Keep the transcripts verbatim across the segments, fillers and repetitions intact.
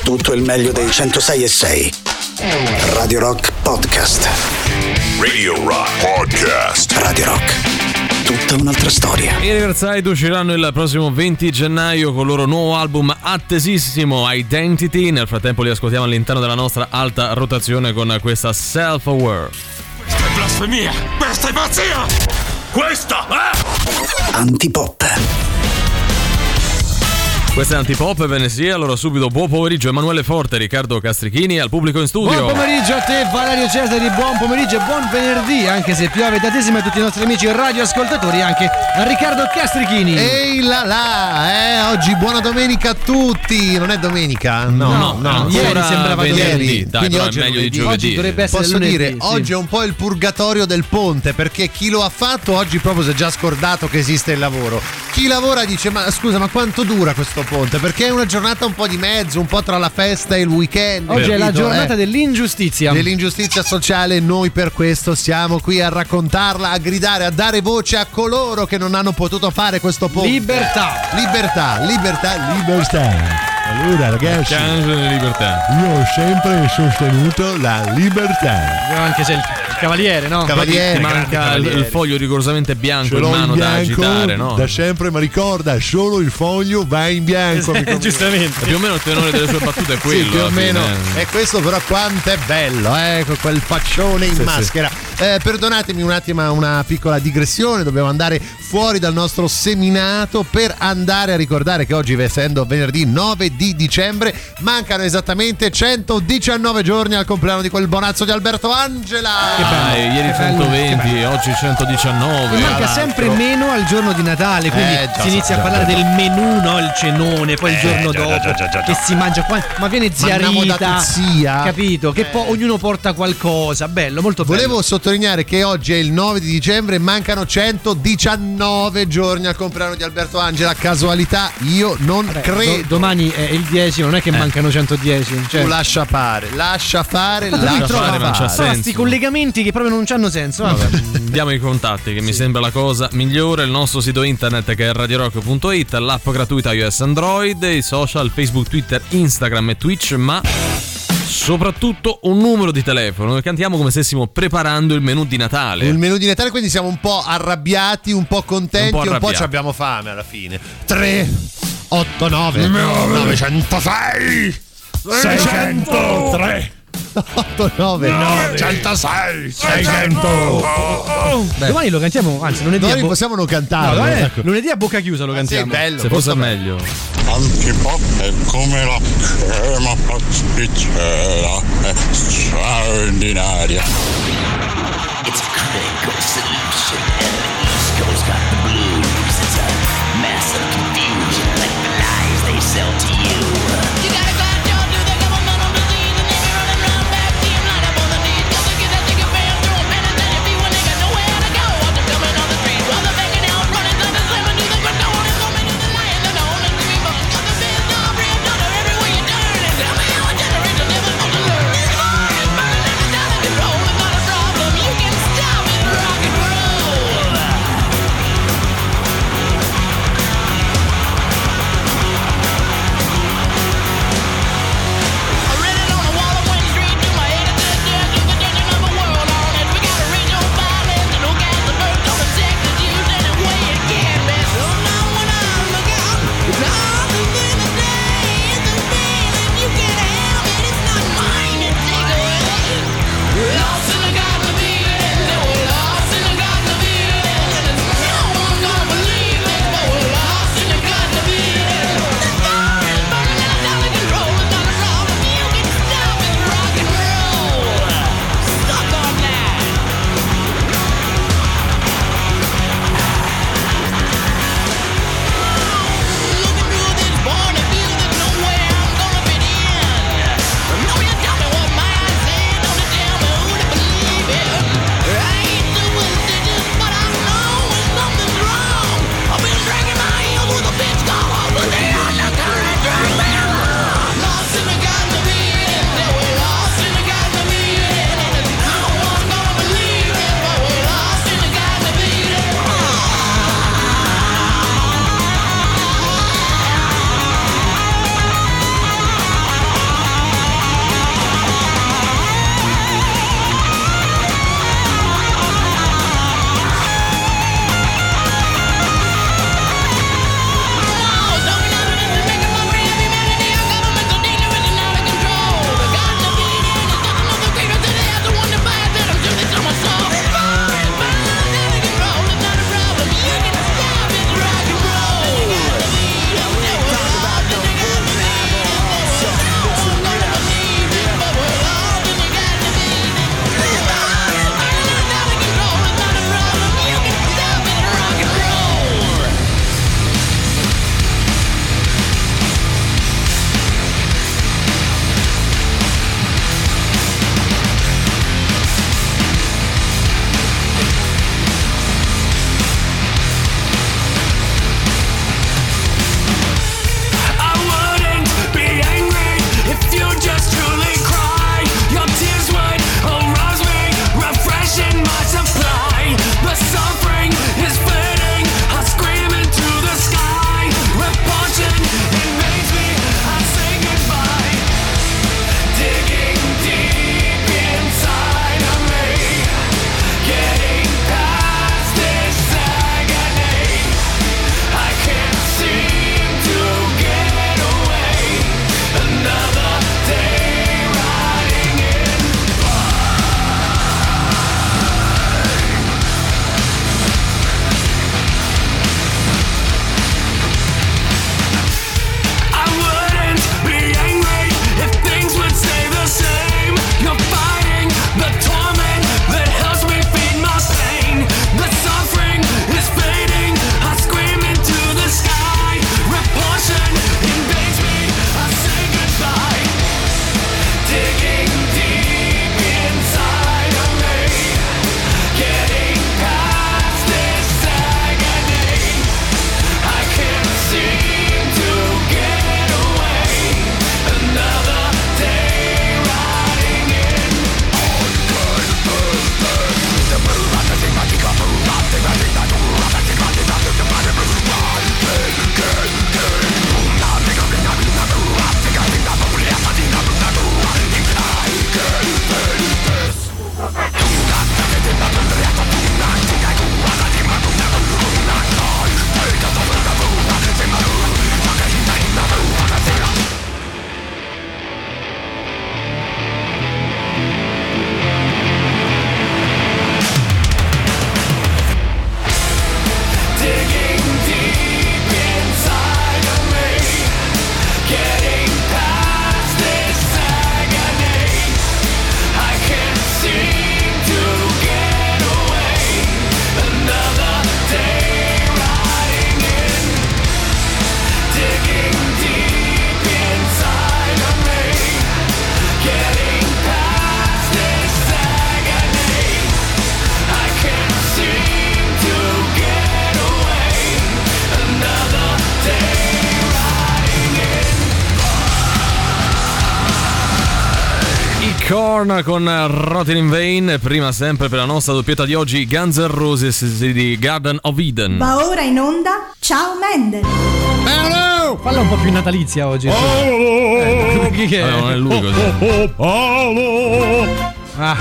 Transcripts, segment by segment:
tutto il meglio dei centosei e sei. Radio Rock Podcast. Radio Rock Podcast. Radio Rock. Tutta un'altra storia. I Riverside usciranno il prossimo venti gennaio con il loro nuovo album attesissimo Identity. Nel frattempo li ascoltiamo all'interno della nostra alta rotazione con questa Self Aware. Questa è blasfemia! Questa è pazzia! Questa è... Antipop. Questa è Antipop, ve ne sia. Allora subito buon pomeriggio Emanuele Forte, Riccardo Castrichini al pubblico in studio. Buon pomeriggio a te Valerio Cesari, buon pomeriggio e buon venerdì, anche se piove tantissimo, a tutti i nostri amici radioascoltatori, anche a Riccardo Castrichini. Ehi là là, eh, oggi buona domenica a tutti. Non è domenica? No, no, no, no. Ieri sembrava venerdì, ieri. dai, Quindi però oggi è meglio di lunedì. giovedì. Oggi dovrebbe essere Posso lunedì, dire, sì. oggi è un po' il purgatorio del ponte, perché chi lo ha fatto oggi proprio si è già scordato che esiste il lavoro. Chi lavora dice, ma scusa, ma quanto dura questo ponte? Perché è una giornata un po' di mezzo, un po' tra la festa e il weekend. Oggi è la capito? giornata Eh. dell'ingiustizia. Dell'ingiustizia sociale, noi per questo siamo qui a raccontarla, a gridare, a dare voce a coloro che non hanno potuto fare questo ponte. Libertà. Libertà, libertà, libertà. Allora ragazzi, Canzone di libertà. io ho sempre sostenuto la libertà. Anche se il cavaliere, no? Cavaliere, Ti grande manca il, cavaliere. il foglio rigorosamente bianco Ce in l'ho mano in da bianco agitare, no? da sempre, ma ricorda, solo il foglio va in bianco. mi conviene. Giustamente. Più o meno il tenore delle sue battute è quello. Sì, più o alla fine, meno. eh. E questo però quanto è bello, eh, con quel faccione in Sì, maschera. Eh, perdonatemi un attimo una piccola digressione, dobbiamo andare fuori dal nostro seminato per andare a ricordare che oggi, essendo venerdì nove di dicembre, mancano esattamente centodiciannove giorni al compleanno di quel bonazzo di Alberto Angela. Dai, ieri Che bello, centoventi, che oggi centodiciannove. E manca sempre meno al giorno di Natale, quindi Eh, già, si inizia già, a parlare già. del menù, no? Il cenone, poi il giorno già, dopo già, già, già, già. che si mangia qua, ma viene zia Mandiamo da Rita, zia. capito? Che poi ognuno porta qualcosa, bello, molto bello. Volevo sottolineare che oggi è il nove di dicembre e mancano centodiciannove giorni al compleanno di Alberto Angela. Casualità? Io non Vabbè, credo. do- domani è il dieci, non è che mancano centodieci. Cioè, Tu lascia fare, lascia fare, ma tu lascia li trova- fare, non c'ha trova senso. sti collegamenti che proprio non c'hanno senso. Vabbè. Diamo i contatti, che mi sembra la cosa migliore. Il nostro sito internet che è radiorock punto it, l'app gratuita iOS Android, i social Facebook, Twitter, Instagram e Twitch, ma soprattutto un numero di telefono. Cantiamo come stessimo preparando il menù di Natale. il menù di Natale, quindi siamo un po' arrabbiati, un po' contenti, Un po' un po' arrabbiati. ci abbiamo fame alla fine. tre, otto, nove, novecentosei, seicentotre, otto, nove, centosei, seicento. Domani lo cantiamo, anzi lunedì a Domani bo- possiamo non no, cantarlo. domani- ecco. lunedì a bocca chiusa lo Sì, cantiamo. bello. Se fosse meglio. Antipop è come la crema pasticcera, è straordinaria. It's a critical solution, and the East Coast got the blues. It's a massive confusion, like the lies they sell to you. You gotta go out, y'all, do the governmental disease, and then you're running around back, being light up on the knees. Just to get that ticket bam, throw a pen and then if you a nigga nowhere to go, I'll just coming on the street while they're banging out, running, thunder, slamming, do the good, no one is coming to the lion, the no one is the reaper. Got the biz, no real dollar everywhere you turn, and tell me how a generation never supposed to learn. It's burning every time they control, and got a problem, you can stop it, rock and roll. Korn con Rotten in Vain. Prima sempre per la nostra doppietta di oggi Guns N' Roses di Garden of Eden. Va ora in onda Ciao Mendel. Paolo! Falla un po' più natalizia oggi. Eh, chi che è? Ah, non è lui così. Ah.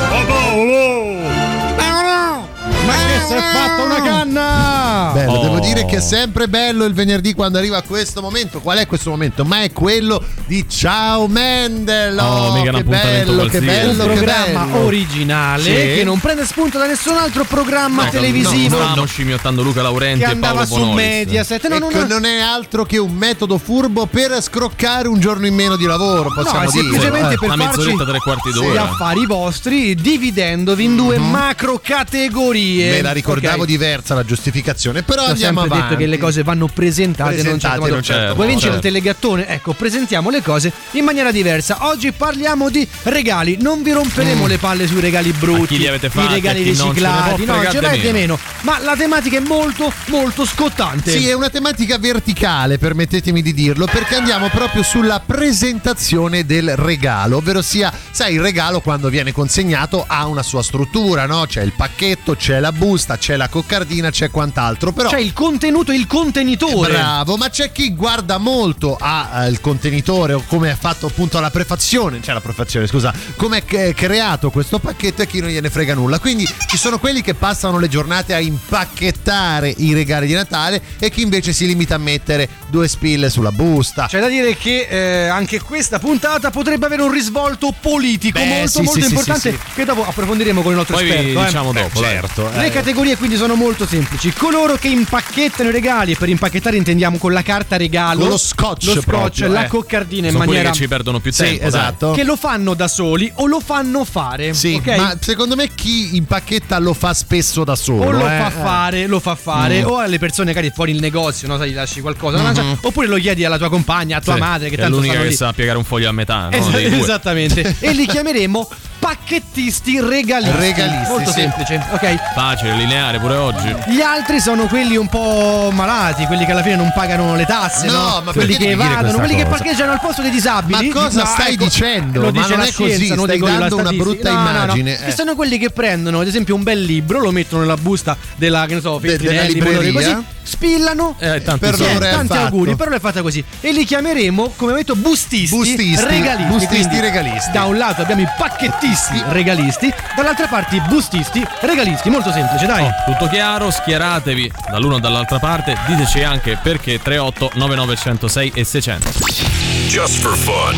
Ma che si è fatta una canna! Bello, Oh. devo dire che è sempre bello il venerdì quando arriva questo momento. Qual è questo momento? Ma è quello di Ciao Mendel. Oh, mica un che appuntamento bello, che qualsiasi. bello, Un che programma bello. originale Sì. che non prende spunto da nessun altro programma Ecco, televisivo non stavamo scimmiottando Luca Laurenti che e andava Paolo su Bonolis. Mediaset. No, no, Ecco, no. non è altro che un metodo furbo per scroccare un giorno in meno di lavoro, possiamo No, è dire. semplicemente Eh. per Una farci mezz'oretta, tre quarti gli d'ora. affari vostri, dividendovi in due macro categorie. Me la ricordavo Ok. diversa la giustificazione, però Ho andiamo sempre avanti. detto che le cose vanno presentate, in un certo Presentate modo. in un certo Vuoi Vuoi modo. vincere il certo. telegattone? Ecco, presentiamo le cose in maniera diversa. Oggi parliamo di regali. Non vi romperemo le palle sui regali brutti, A chi li avete fatti, i regali a chi non, ce ne riciclati, può no, fregare ce di l'avete meno. meno. Ma la tematica è molto, molto scottante. Sì, è una tematica verticale, permettetemi di dirlo, perché andiamo proprio sulla presentazione del regalo, ovvero sia, sai, il regalo quando viene consegnato ha una sua struttura, no? C'è il pacchetto, c'è la busta, c'è la coccardina, c'è quant'altro, però C'è il contenuto e il contenitore. bravo, ma c'è chi guarda molto al contenitore o come è fatto appunto la prefazione, cioè la prefazione, scusa, come è che- creato questo pacchetto e chi non gliene frega nulla. Quindi ci sono quelli che passano le giornate a impacchettare i regali di Natale e chi invece si limita a mettere due spille sulla busta. C'è da dire che eh, anche questa puntata potrebbe avere un risvolto politico Beh, molto sì, molto sì, sì, importante sì, che dopo approfondiremo con il nostro Poi vi esperto. eh. diciamo dopo, dai. certo, Le eh. categorie quindi sono molto semplici. Coloro che impacchettano i regali, e per impacchettare intendiamo con la carta regalo, Con lo scotch lo scotch, proprio, la eh. coccardina in Sono quelli maniera che ci perdono più Sì, tempo. dai. esatto. che lo fanno da soli o lo fanno fare. Sì, ok? ma secondo me chi impacchetta lo fa spesso da solo. o lo eh. fa fare, lo fa fare, o alle persone magari fuori il negozio, no? Sai, gli lasci qualcosa da mangiare, oppure lo chiedi alla tua compagna, a tua Sì, madre, che è tanto l'unica stanno che lì. sa piegare un foglio a metà, no? Esa- Dei due. esattamente. E li chiameremo pacchettisti regalisti. Regalisti, Molto sì. semplice, ok? Facile, lineare pure oggi. Gli altri sono quelli un po' malati, quelli che alla fine non pagano le tasse, No, no? ma quelli perché che devi dire evadono, questa quelli che cosa? parcheggiano al posto dei disabili. Ma cosa No, stai ecco, dicendo? Lo Ma dice non la è così, scienza, non stai dico io, la dando una statistica. brutta No, no, no. immagine, eh. Che sono quelli che prendono, ad esempio, un bel libro, lo mettono nella busta della, che ne so, De- della Feltrinelli, Mondadori, libreria. così, spillano. Eh, tanti per soldi. loro è tanti fatto. auguri, però è fatta così. E li chiameremo, come ho detto, bustisti, Bustisti, regalisti. bustisti Quindi, regalisti. Da un lato abbiamo i pacchettisti regalisti, dall'altra parte i bustisti regalisti. Molto semplice, dai. Oh, tutto chiaro, schieratevi dall'uno o dall'altra parte, diteci anche perché. Tre otto nove nove zero zero sei e seicento. Just for fun.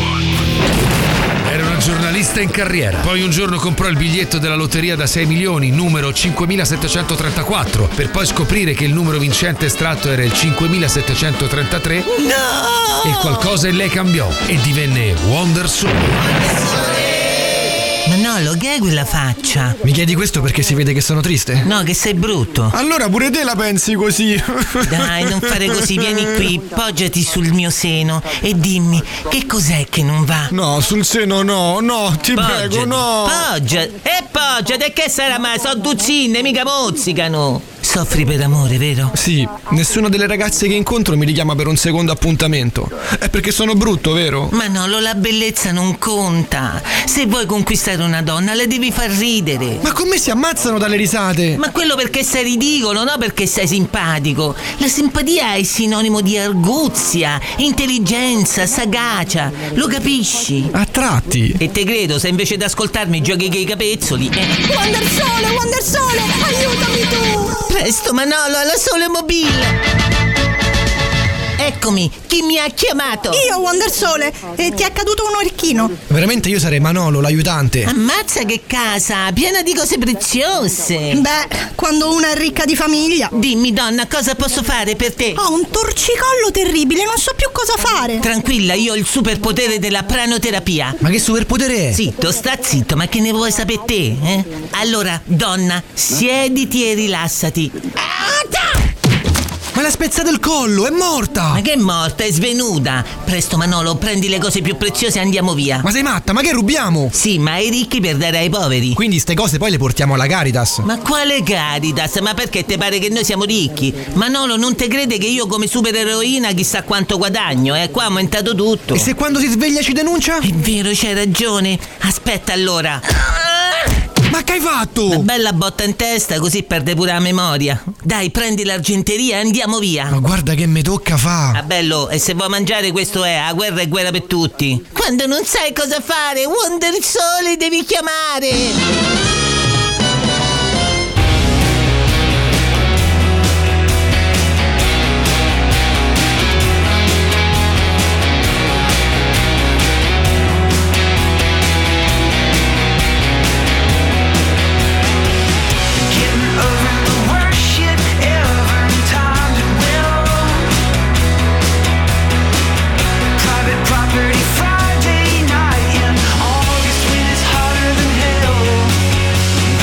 Era una giornalista in carriera. Poi un giorno comprò il biglietto della lotteria da sei milioni, numero cinquemilasettecentotrentaquattro, per poi scoprire che il numero vincente estratto era il cinquemilasettecentotrentatré. No! E qualcosa in lei cambiò e divenne Wonder Sole. Manolo, che è quella faccia? Mi chiedi questo perché si vede che sono triste? No, che sei brutto. Allora pure te la pensi così? Dai, non fare così, vieni qui, poggiati sul mio seno e dimmi che cos'è che non va. No, sul seno no, no, ti Poggiati, prego, no. Poggiati, e poggiati, e che sarà mai? Sono duzzine, mica mozzicano. Soffri per amore, vero? Sì, nessuna delle ragazze che incontro mi richiama per un secondo appuntamento. È perché sono brutto, vero? Manolo, la bellezza non conta. Se vuoi conquistare una donna, la devi far ridere. Ma con me si ammazzano dalle risate. Ma quello perché sei ridicolo, no perché sei simpatico. La simpatia è sinonimo di arguzia, intelligenza, sagacia. Lo capisci? A tratti. E te credo, se invece di ascoltarmi giochi che i capezzoli. Eh. Wonder Sole, Wonder Sole, aiutami tu! Presto, Manolo, alla Sole Mobile. Eccomi, chi mi ha chiamato? Io, Wonder Sole, e ti è caduto un orecchino. Veramente io sarei Manolo, l'aiutante. Ammazza che casa, piena di cose preziose. Beh, quando una è ricca di famiglia. Dimmi, donna, cosa posso fare per te? Ho un torcicollo terribile, non so più cosa fare. Tranquilla, io ho il superpotere della pranoterapia. Ma che superpotere è? Zitto, sta zitto, ma che ne vuoi sapere te, eh? Allora, donna, siediti e rilassati. Ma l'ha spezzato il collo, è morta! Ma che è morta? È svenuta! Presto Manolo, prendi le cose più preziose e andiamo via. Ma sei matta? Ma che rubiamo? Sì, ma ai ricchi per dare ai poveri. Quindi ste cose poi le portiamo alla Caritas. Ma quale Caritas? Ma perché te pare che noi siamo ricchi? Manolo, non te crede che io come supereroina chissà quanto guadagno, eh? Qua è aumentato tutto. E se quando si sveglia ci denuncia? È vero, c'hai ragione. Aspetta allora. Ma che hai fatto? Una bella botta in testa, così perde pure la memoria. Dai, prendi l'argenteria e andiamo via. Ma guarda che mi tocca fa. Ah bello, e se vuoi mangiare questo è, la guerra è guerra per tutti. Quando non sai cosa fare, Wonder Sole devi chiamare. Friday night in August when it's hotter than hell.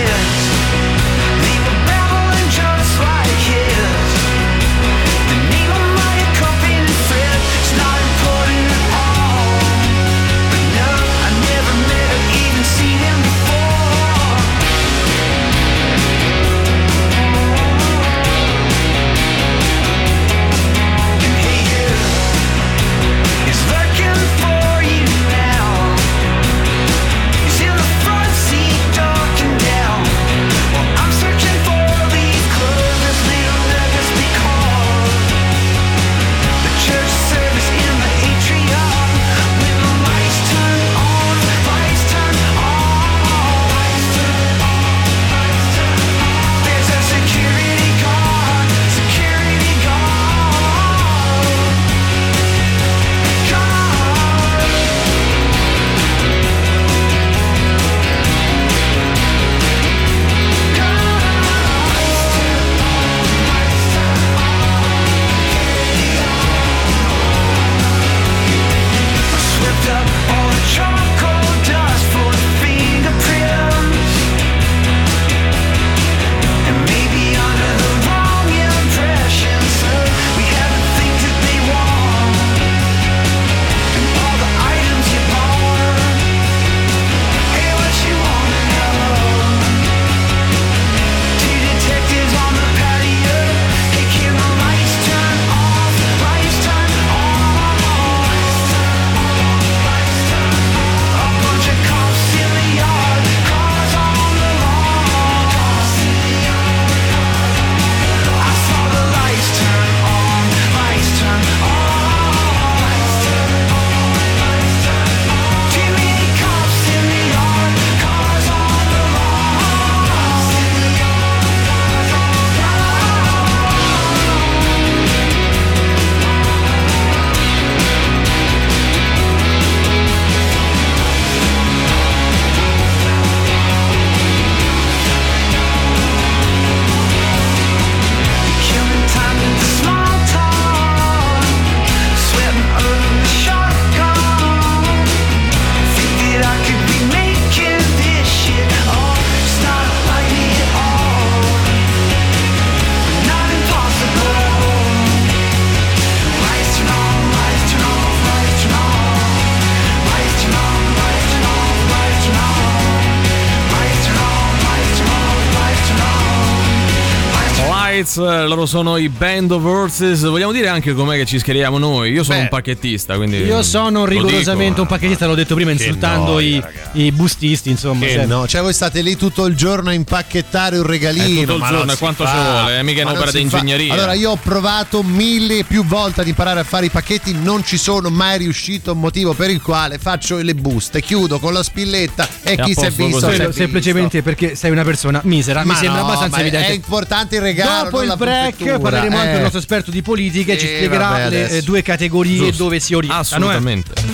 Lights, loro sono i Band of Horses. Vogliamo dire anche com'è che ci schieriamo noi? Io sono Beh, un pacchettista, quindi io sono rigorosamente un pacchettista, l'ho detto prima, insultando noia, i, i bustisti, insomma. Che cioè, no, cioè voi state lì tutto il giorno a impacchettare un regalino. Eh, tutto il giorno, quanto fa. ci vuole? È mica ma un'opera di ingegneria. Allora, io ho provato mille più volte ad imparare a fare i pacchetti, non ci sono mai riuscito, motivo per il quale faccio le buste, chiudo con la spilletta e, e chi si è visto Quello, semplicemente perché sei una persona misera. Ma mi sembra no, abbastanza evidente. È importante il regalo. Dopo il break parleremo eh. anche con il nostro esperto di politica e eh, ci spiegherà vabbè, le eh, due categorie Giusto. dove si orientano. Assolutamente. Eh.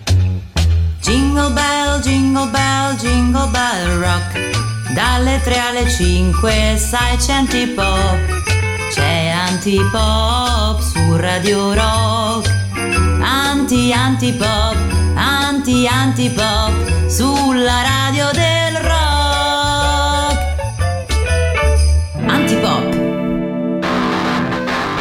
Jingle bell, jingle bell, jingle bell rock. Dalle tre alle cinque sai c'è Antipop. C'è Antipop su Radio Rock. Anti Antipop, anti Antipop sulla radio del rock. Antipop.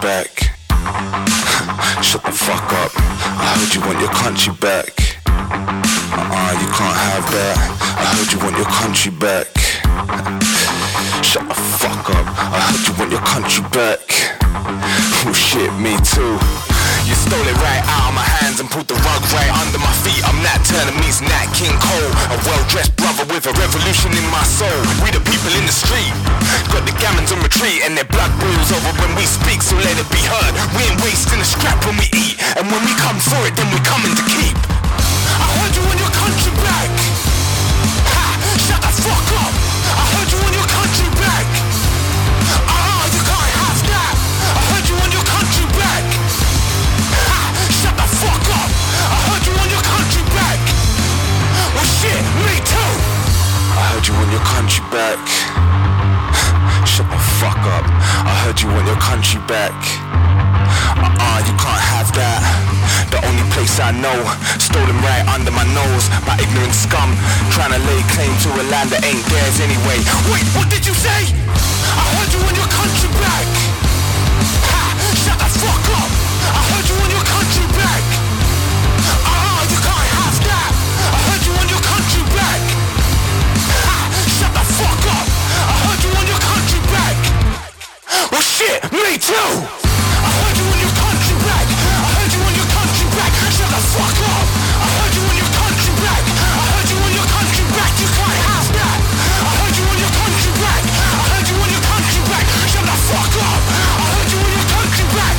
back. Shut the fuck up. I heard you want your country back. Uh-uh, you can't have that. I heard you want your country back. Shut the fuck up. I heard you want your country back. Oh shit, me too. You stole it right out of my hands and put the rug right under my feet. I'm Nat Turner meets Nat King Cole, a well-dressed brother with a revolution in my soul. We the people in the street, got the gammons on retreat and their blood boils over when we speak, so let it be heard. We ain't wasting a scrap when we eat, and when we come for it, then we coming to keep. I heard you want your country back. Ha! Shut the fuck up. I heard you want your country back. Ah, you can't have that. I heard you want your country back. Shut the fuck up! I heard you want your country back! Well shit, me too! I heard you want your country back. Shut the fuck up. I heard you want your country back. Uh-uh, you can't have that. The only place I know, stolen right under my nose by ignorant scum, trying to lay claim to a land that ain't theirs anyway. Wait, what did you say? I heard you want your country back. Ha! Shut the fuck up! I heard you want your country back. Ah, you can't have that. I heard you want your country back. Ha! Shut the fuck up. I heard you want your country back. Well shit, me too. I heard you want your country back. I heard you want your country back. Shut the fuck up. I heard you want your country back. I heard you want your country back. You can't have that. I heard you want your country back. I heard you want your country back. Shut the fuck up. I heard you want your country back.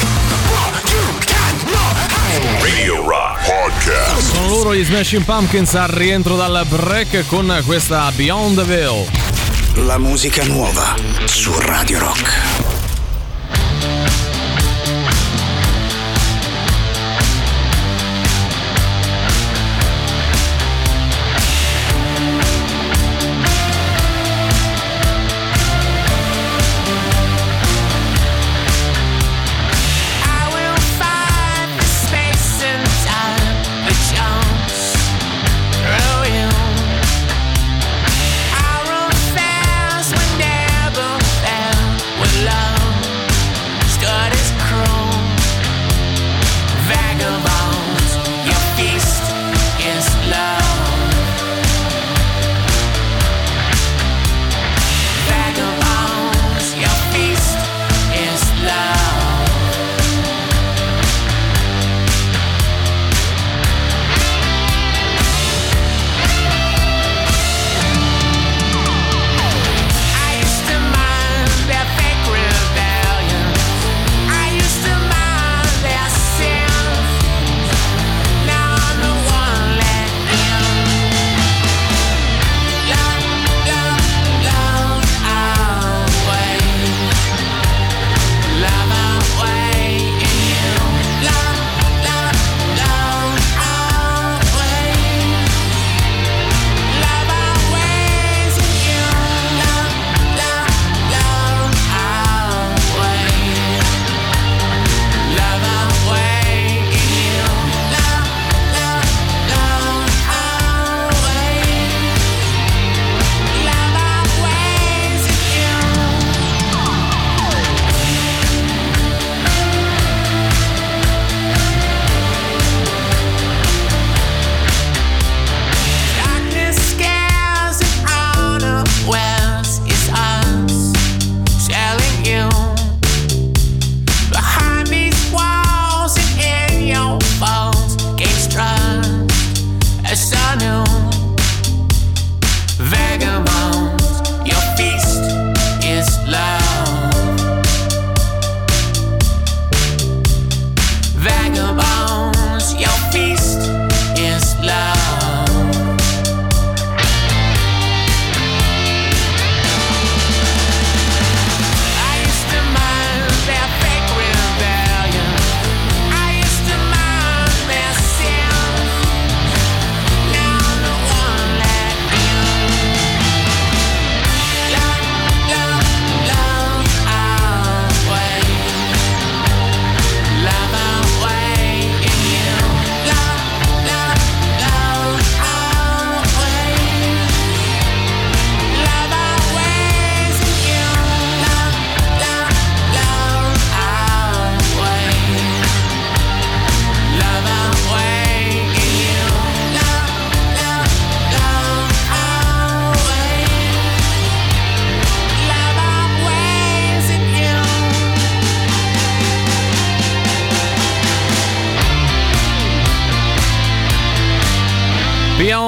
Radio Rock Podcast. Sono loro gli Smashing Pumpkins al rientro dal break con questa Beyond the Veil. La musica nuova su Radio Rock. Love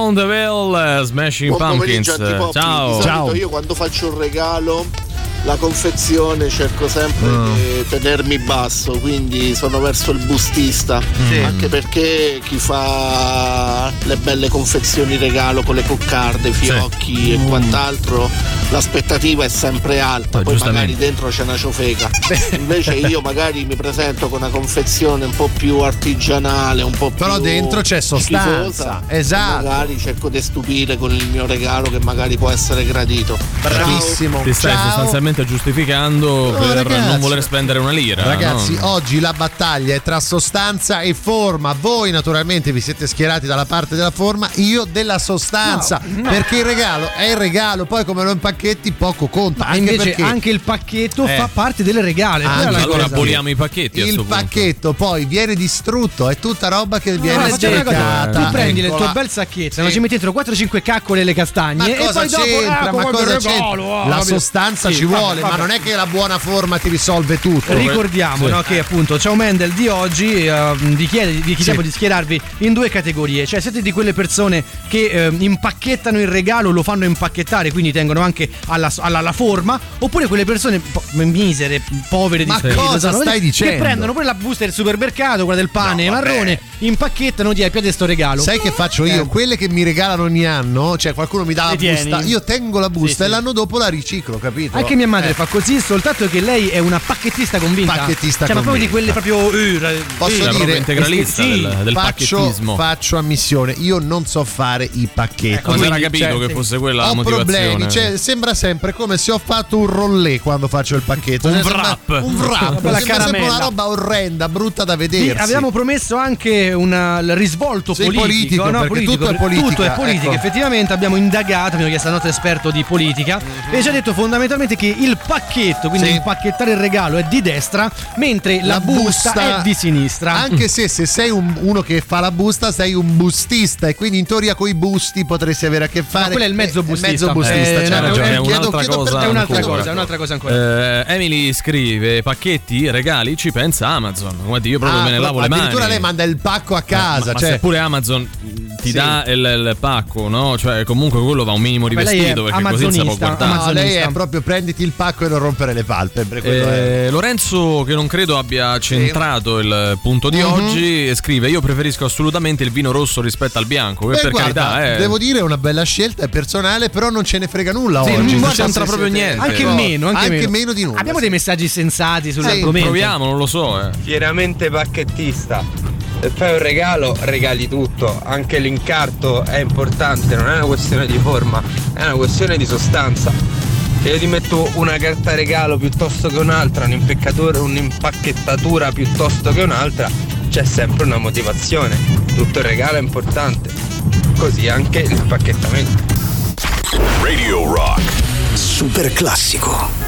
Beyond the Veil, Smashing Buon Pumpkins. pomeriggio, Ciao. Di solito io quando faccio un regalo, la confezione cerco sempre mm. di tenermi basso, quindi sono verso il bustista, sì. Anche perché chi fa le belle confezioni regalo con le coccarde, fiocchi sì. e mm. quant'altro, l'aspettativa è sempre alta, oh, poi magari dentro c'è una ciofeca. Invece io magari mi presento con una confezione un po' più artigianale, un po' più però dentro c'è sostanza, esatto. Magari cerco di stupire con il mio regalo che magari può essere gradito. Bravissimo. Ti stai Ciao. sostanzialmente giustificando no, per ragazzi, non voler spendere una lira. Ragazzi, no? oggi la battaglia è tra sostanza e forma. Voi naturalmente vi siete schierati dalla parte della forma, io della sostanza, no, no. Perché il regalo è il regalo, poi come lo impacchetti poco conta. Ma anche invece perché anche il pacchetto eh. fa parte del regalo. Allora cosa. aboliamo i pacchetti. Il pacchetto poi viene distrutto, è tutta roba che viene no, sprecata. Tu prendi eccola. il tuo bel sacchetto, sì. Ci metti dentro quattro cinque caccole e le castagne ma e cosa poi dopo c'entra? ah, Ma cosa regalo, c'entra? oh, la vabbè. sostanza sì, ci vuole, vabbè, ma non è che la buona forma ti risolve tutto. Ricordiamo sì. no, che appunto Ciao Mendel di oggi uh, vi, chiede, vi chiediamo sì. di schierarvi in due categorie, cioè siete di quelle persone che uh, impacchettano il regalo, lo fanno impacchettare, quindi tengono anche alla, alla, alla forma, oppure quelle persone po- misere, povere di ma spirito, cosa no? stai dicendo? Che prendono pure la busta del supermercato, quella del pane no, marrone, impacchettano, ti hai piede sto regalo. Sai che faccio io? Eh. Quelle che mi regalano ogni anno, cioè qualcuno mi dà la Le busta, tieni? io tengo la busta sì, e sì. l'anno dopo la riciclo, capito? Anche mia madre eh. fa così, soltanto che lei è una pacchettista convinta. Pacchettista cioè, convinta. ma proprio di quelle proprio uh, posso uh, dire integralista sì, del, del faccio, pacchettismo. Faccio ammissione, io non so fare i pacchetti. Ecco, non era capito cioè, che fosse quella la ho motivazione. problemi, cioè sembra sempre come se ho fatto un rollé quando faccio il pacchetto. Un cioè, wrap. Sembra, un wrap, una sembra sempre una roba orrenda, brutta da vedersi. Sì, avevamo promesso anche un risvolto sì, politico, politico, no? perché politico, tutto è politica. Tutto è politica. Ecco. Effettivamente abbiamo indagato, abbiamo chiesto al nostro esperto di politica mm-hmm. e ci ha detto fondamentalmente che il pacchetto, quindi sì. impacchettare il regalo è di destra, mentre la, la busta, busta è di sinistra. Anche se se sei un, uno che fa la busta, sei un bustista e quindi in teoria coi busti potresti avere a che fare. Ma quello è il mezzo bustista. È mezzo bustista, eh, c'ha no, ragione. È un'altra chiedo, cosa, è un'altra ancora. cosa, è un'altra cosa ancora. Eh, Emily scrive pacchetti, regali, ci pensa Amazon. Guardi, io proprio ah, me ne lavo le mani. Addirittura lei manda il pacco a casa. Eh, ma, cioè... ma se pure Amazon ti sì. dà il, il pacco, no? Cioè comunque quello va un minimo rivestito perché così non si può guardare. No, lei è proprio prenditi il pacco e non rompere le palpebre. Eh, è... Lorenzo, che non credo abbia centrato sì. il punto di mm-hmm. oggi, scrive: io preferisco assolutamente il vino rosso rispetto al bianco. Che Beh, per guarda, carità, eh. devo dire, è una bella scelta, è personale, però non ce ne frega nulla sì, oggi. Non c'entra proprio siete... niente. Anche no, meno, anche, anche meno. meno di nulla. Abbiamo dei messaggi sensati sull'argomento. Sì, proviamo, non lo so. Eh. Chiaramente pacchettista. Se fai un regalo, regali tutto. Anche l'incarto è importante, non è una questione di forma, è una questione di sostanza. Se io ti metto una carta regalo piuttosto che un'altra, un'impacchettatura piuttosto che un'altra, c'è sempre una motivazione. Tutto il regalo è importante, così anche l'impacchettamento. Radio Rock super classico.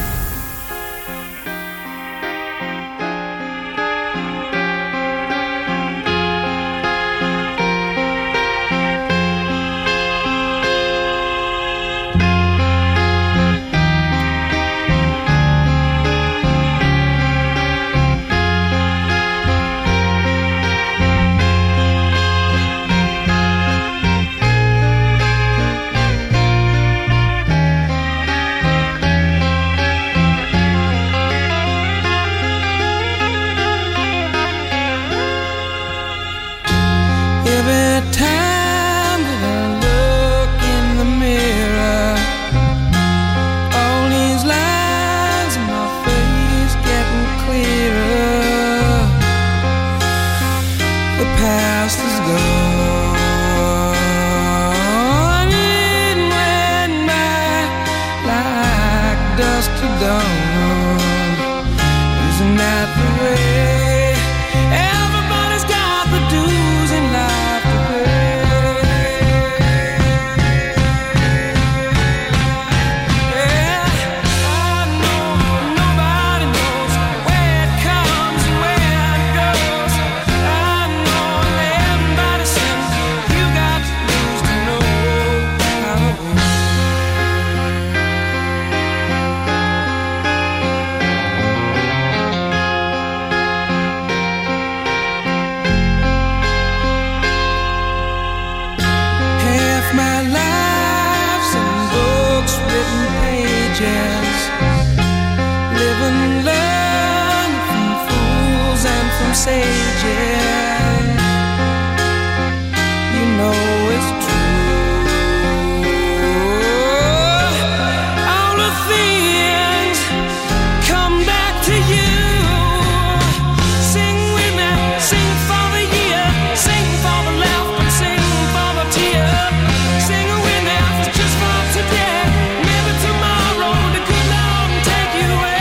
ages. Live and learn from fools and from sages. You know it's true. All the things come back to you. Sing with me, sing for the year, sing for the laugh and sing for the tear. Sing with me, just for today, maybe tomorrow the good Lord will take you away.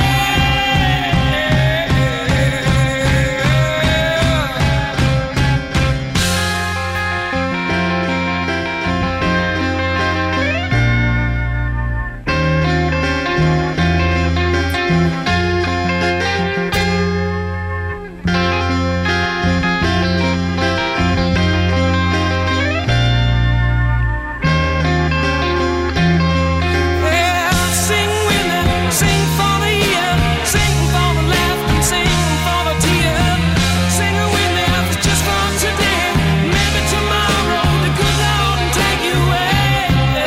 Yeah, sing with me, sing for the year, sing for the laugh and sing for the tear. Sing with me, just for today, maybe tomorrow the good Lord will take you away.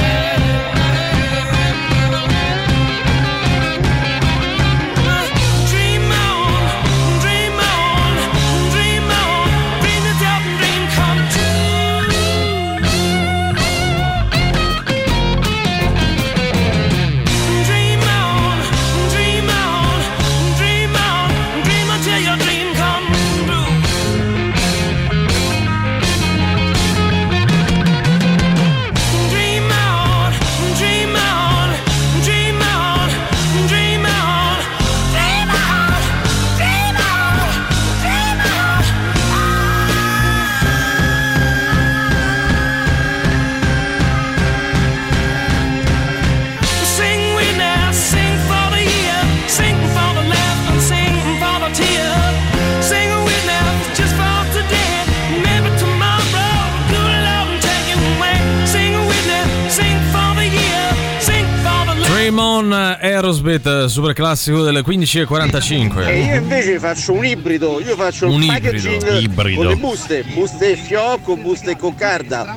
Dream on, dream on, dream on, dream it up and dream come true. Dream on, dream on, dream on, dream until your dream come true. Dream on, dream on, dream on, dream on, dream on, dream on, dream on. Sing with me, sing for the year, sing for the laugh and sing for the tear. Sing with me, just for today, maybe tomorrow, good Lord will take you away. Sing with me, sing for the year, sing for the laugh. Dream On, Aerosmith, super classico delle quindici e quarantacinque. E io invece faccio un ibrido, io faccio Un il ibrido, packaging ibrido. con le buste, buste fiocco, buste coccarda.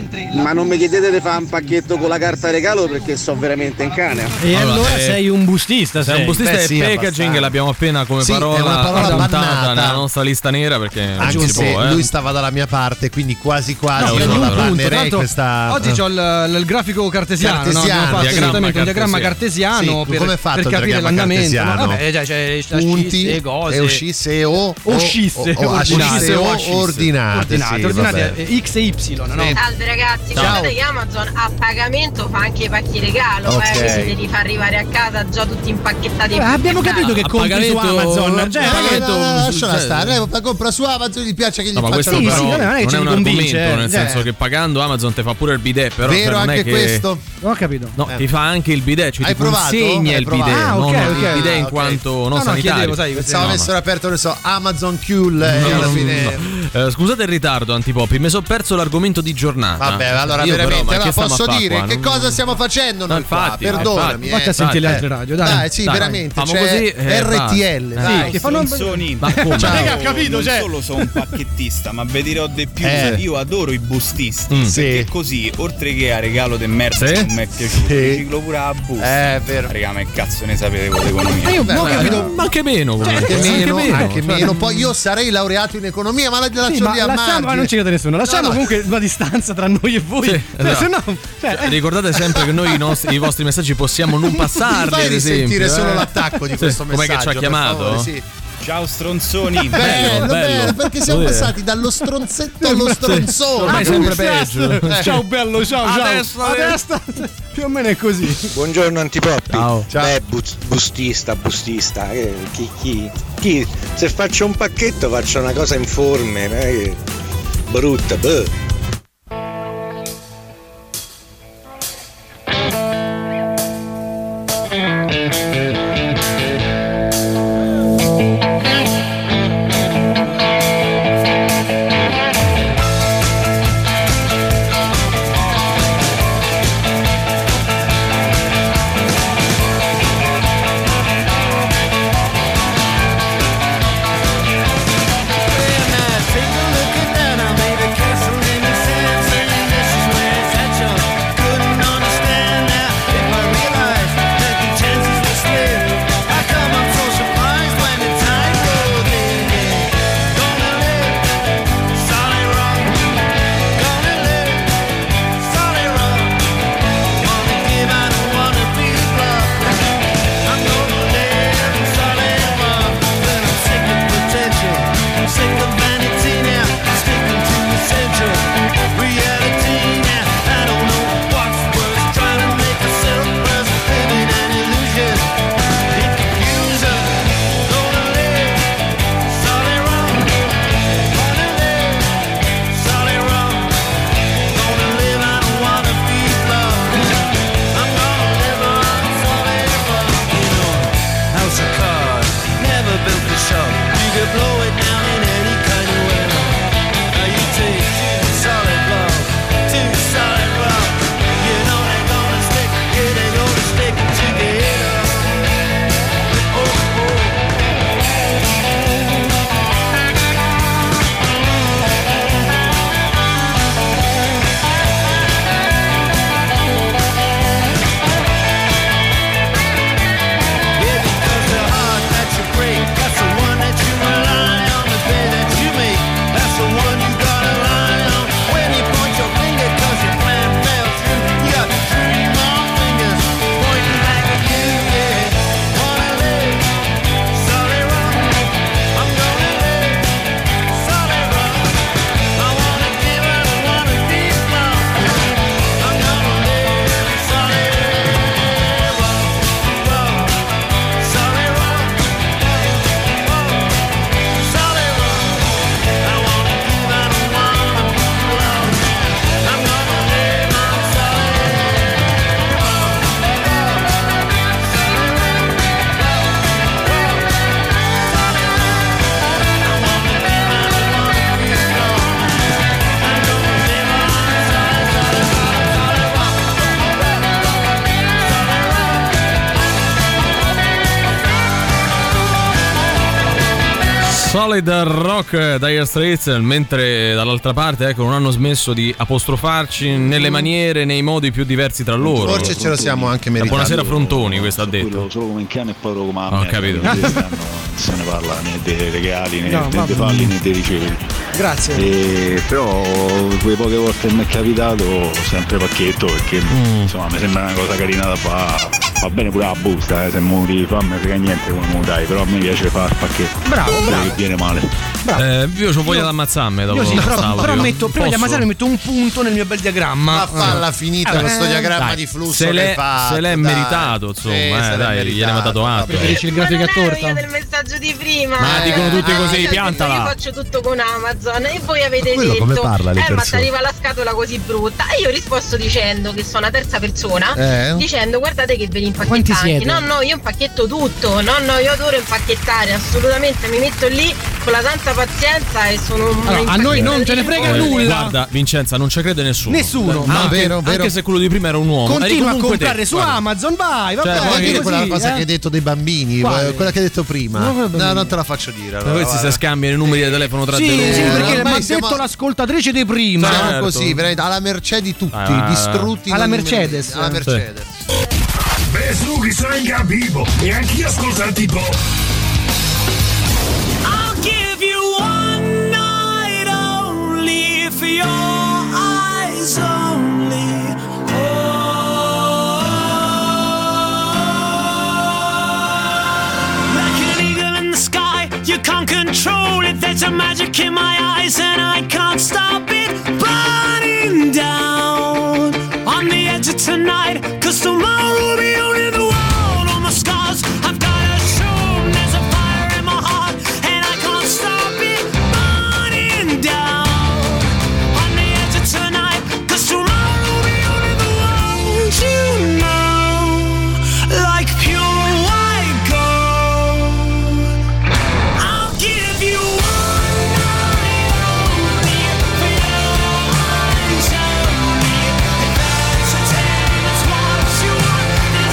Ma non mi chiedete di fare un pacchetto con la carta regalo perché so veramente in cane. E allora, Allora, eh, sei un bustista, Sei un bustista Beh, e sì, packaging, abbastanza. l'abbiamo appena come Sì, è parola, una parola puntata bannata. nella nostra lista nera perché non Anche si se può, eh. lui stava dalla mia parte, quindi quasi quasi No, io prendi non un la punto, bannerei tanto questa. oggi c'ho il, il grafico cartesiano, Cartesiano, no? Abbiamo fatto diagramma esattamente un diagramma cartesiano. cartesiano Sì, per, come è fatto per il capire diagramma l'andamento. No? cartesiano? Vabbè, cioè, c'è Punti uscisse, cose. e uscisse o uscisse, o, o, ordinate, uscisse o uscisse. ordinate, ordinate, sì, ordinate, vabbè. eh, X e Y, no? Salve ragazzi, Ciao. guardate che Amazon a pagamento fa anche i pacchi regalo, Ok. eh, quindi te li fa arrivare a casa già tutti impacchettati. Eh, abbiamo capito che A compri su pagamento- Amazon, cioè, a No, no, pagamento- no, no, lasciala cioè- stare, eh, la compra su Amazon, gli piace che gli No, ma facciano questo un però sì, non è che non ci è un convince, argomento, eh. nel senso Eh. che pagando Amazon ti fa pure il bidet, però Vero non anche è che questo? Non ho capito. No, Eh. ti fa anche il bidet, cioè Hai ti provato? consegna Hai il provato? bidet, Ah, non ok, il ok. bidet in Ah, ok. quanto non No, no, sanitario. chiedevo, sai, Pensavo No, no. avessero aperto, non so, Amazon Cool e No, alla no, fine. no. Eh, scusate il ritardo, Antipoppi, mi sono perso l'argomento di giornata. Vabbè, allora Io però, veramente, ma allora che stiamo posso a fa dire qua? che Non- cosa stiamo facendo No, noi qua? infatti, Perdonami. infatti. eh. Fatti a sentire le dai. altre radio, dai. Dai, sì, Dai, veramente. famo C'è così, eh, R T L, basta. dai. Sì, che fanno Stronzoni. Ma come? Ciao. Raga, ho capito, non cioè. solo sono un pacchettista, ma vi dirò di più. Eh. Io adoro i bustisti. Mm. Perché Sì. così, oltre che a regalo del merda, Sì. che non mi è piaciuto, Sì. riciclo pure la busta. Eh, vero. Raga, ma che cazzo ne sapete con l'economia? Ma io Beh, non ho beh, capito. Ma anche meno comunque. Anche meno, Anche anche meno. meno. Poi io sarei laureato in economia, ma la la Sì, lascio ma lì a lasciamo, ma margine. non ci crede nessuno. Lasciamo No, no. comunque una distanza tra noi e voi. Sì, Cioè, esatto. se no, cioè, eh. Ricordate sempre che noi i, nostri, i vostri messaggi possiamo non passarli. Fai ad esempio, risentire eh. solo l'attacco di Sì, questo com'è messaggio. che ci ha per chiamato? favore, sì. Ciao stronzoni. Bello, bello, bello. perché siamo Vuol dire? passati dallo stronzetto allo stronzone. Ormai è sempre peggio. Eh. Ciao bello, ciao, A ciao. destra, A eh. destra. Più o meno è così. Buongiorno Antipoppi. Ciao. Beh, bus- bustista, bustista. eh, chi, chi, chi? Se faccio un pacchetto faccio una cosa informe, non è che brutta, beh. Take a look at that, I made a castle in Solid Rock, Dire Straits, mentre dall'altra parte ecco non hanno smesso di apostrofarci nelle maniere, nei modi più diversi tra loro. Forse ce lo siamo anche meritati. Buonasera Frontoni, questo ha detto. Solo come in cane e poi come mamma. Ho capito. Quest'anno non se ne parla né dei regali, né, No, né dei falli, né dei ricevi. Grazie. E, però quelle poche volte che mi è capitato sempre pacchetto, perché Mm. insomma mi sembra una cosa carina da fare. Va bene pure la busta, eh, se muti fa mi frega niente come mutai, però a me piace fare il pacchetto. Bravo, Quello bravo. che viene male. Eh, io ho voglia di ammazzarmi dopo. Io sì, però, quest'audio. però metto, prima di Posso? ammazzare metto un punto nel mio bel diagramma. Ma falla finita Eh, questo diagramma Dai, di flusso se che l'è, hai fatto, se l'è dai. meritato, insomma, Sì, eh, se l'è dai, meritato, gliene va dato atto. Preferisci il grafico a torta? Io del messaggio di prima. Ma Eh, dicono tutti ah, così, io- Io piantala. faccio tutto con Amazon e voi avete quello detto come parla le eh ma ti persone? arriva la scatola così brutta e io ho risposto dicendo che sono una terza persona Eh? dicendo guardate che ve li Quanti impacchetto anche. siete? No no io impacchetto tutto. No no io adoro impacchettare assolutamente, mi metto lì con la tanta pazienza e sono una Allora, a noi non ce ne frega Eh, nulla. Guarda, Vincenza, non ci crede nessuno. Nessuno. Anche, No, vero, vero. anche se quello di prima era un uomo. eri Continua a comunque te, comprare su guarda. Amazon, vai, va Cioè, bene. Vuoi Vuoi dire così, quella cosa eh? che hai detto dei bambini? Quale? Quella che hai detto prima? No, vabbè. No, non te la faccio dire. Ma Allora, questi guarda. si scambiano i numeri di telefono tra Sì, di loro. sì, perché ormai mi ha siamo- detto l'ascoltatrice di prima. Siamo Certo. così, veramente alla mercé di tutti, Ah, distrutti. alla non- Mercedes. Alla Mercedes. Beh, su, che sono in capivo e anch'io ascolto il tipo. I'll give you one night only for your eyes only. Oh, like an eagle in the sky, you can't control it. There's a magic in my eyes, and I can't stop it burning down on the edge of tonight. 'Cause tomorrow will be only the world on my scars. I've got to show 'em there's a fire in my heart, and I can't stop it burning down on the edge of tonight. 'Cause tomorrow will be only the world you know, like pure white gold. I'll give you one night only for your eyes only. If that's a ten, that's what you want, then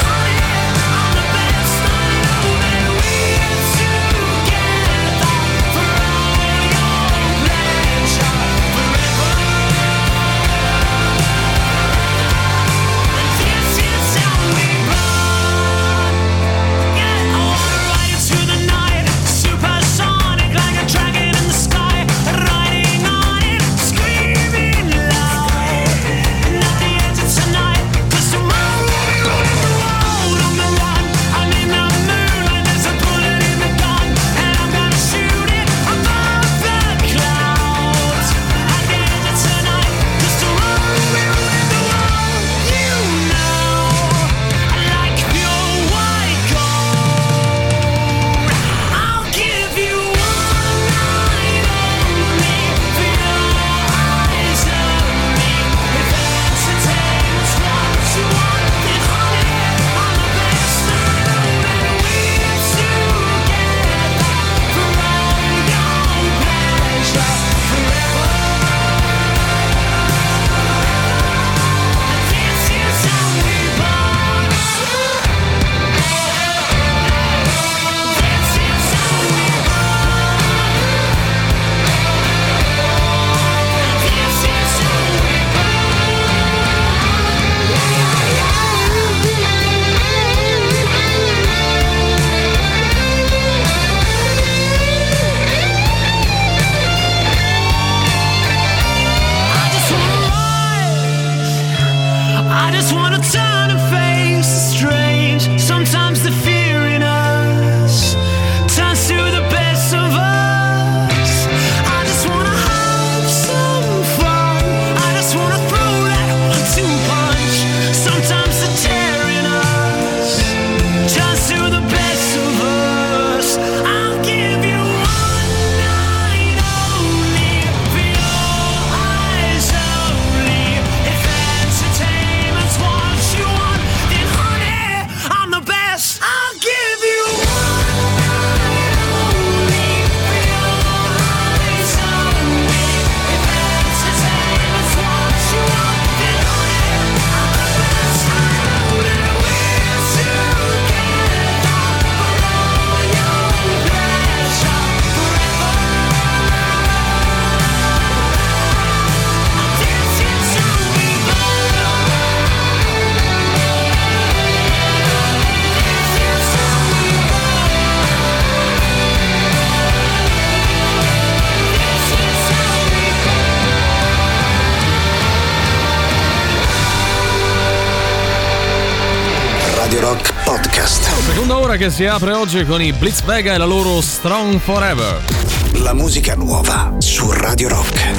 Radio Rock Podcast. Seconda ora che si apre oggi con i Blitz Vega e la loro Strong Forever. La musica nuova su Radio Rock.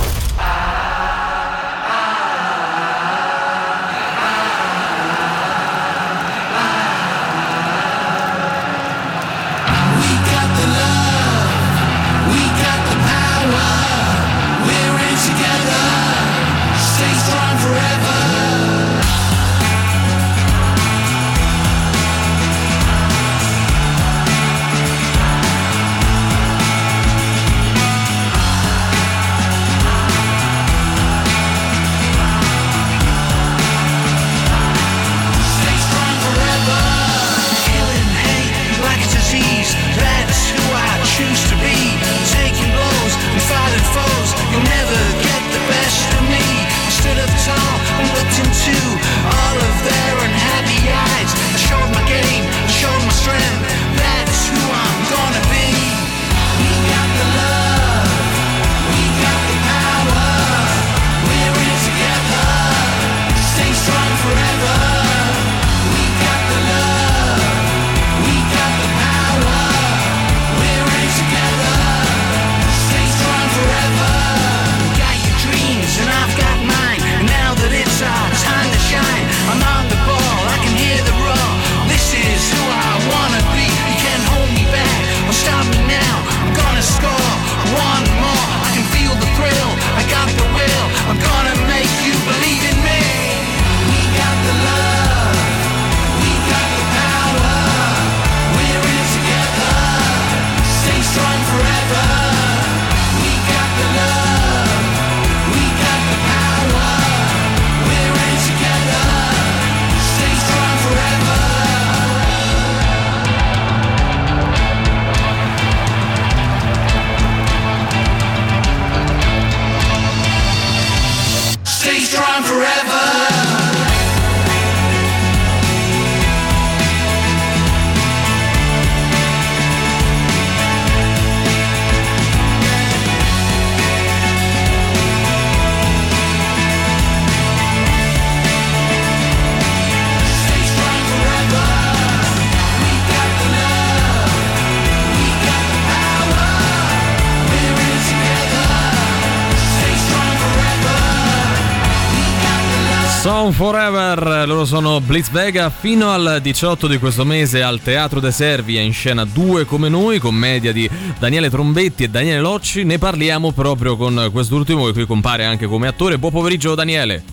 Song Forever, loro sono Blitz Vega. Fino al diciotto di questo mese al Teatro de Servi è in scena Due come noi, commedia di Daniele Trombetti e Daniele Locci. Ne parliamo proprio con quest'ultimo che qui compare anche come attore. Buon pomeriggio Daniele.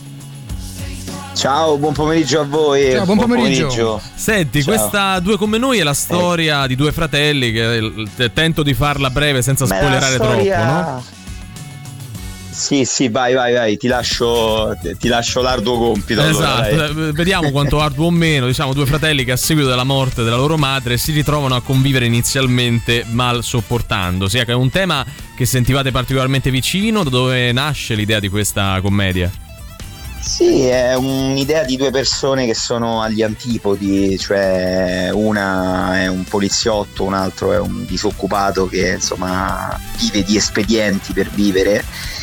Ciao, buon pomeriggio a voi. Ciao, buon, buon pomeriggio. pomeriggio. Senti, Ciao. Questa Due come noi è la storia eh. di due fratelli che tento di farla breve senza Beh, spoilerare storia... troppo, no? Sì, sì, vai, vai, vai, ti lascio, ti lascio l'arduo compito. Esatto, allora, vediamo quanto arduo o meno. Diciamo, due fratelli che a seguito della morte della loro madre si ritrovano a convivere inizialmente mal sopportandosi. Ecco, è un tema che sentivate particolarmente vicino. Da dove nasce l'idea di questa commedia? Sì, è un'idea di due persone che sono agli antipodi, cioè una è un poliziotto, un altro è un disoccupato che insomma vive di espedienti per vivere.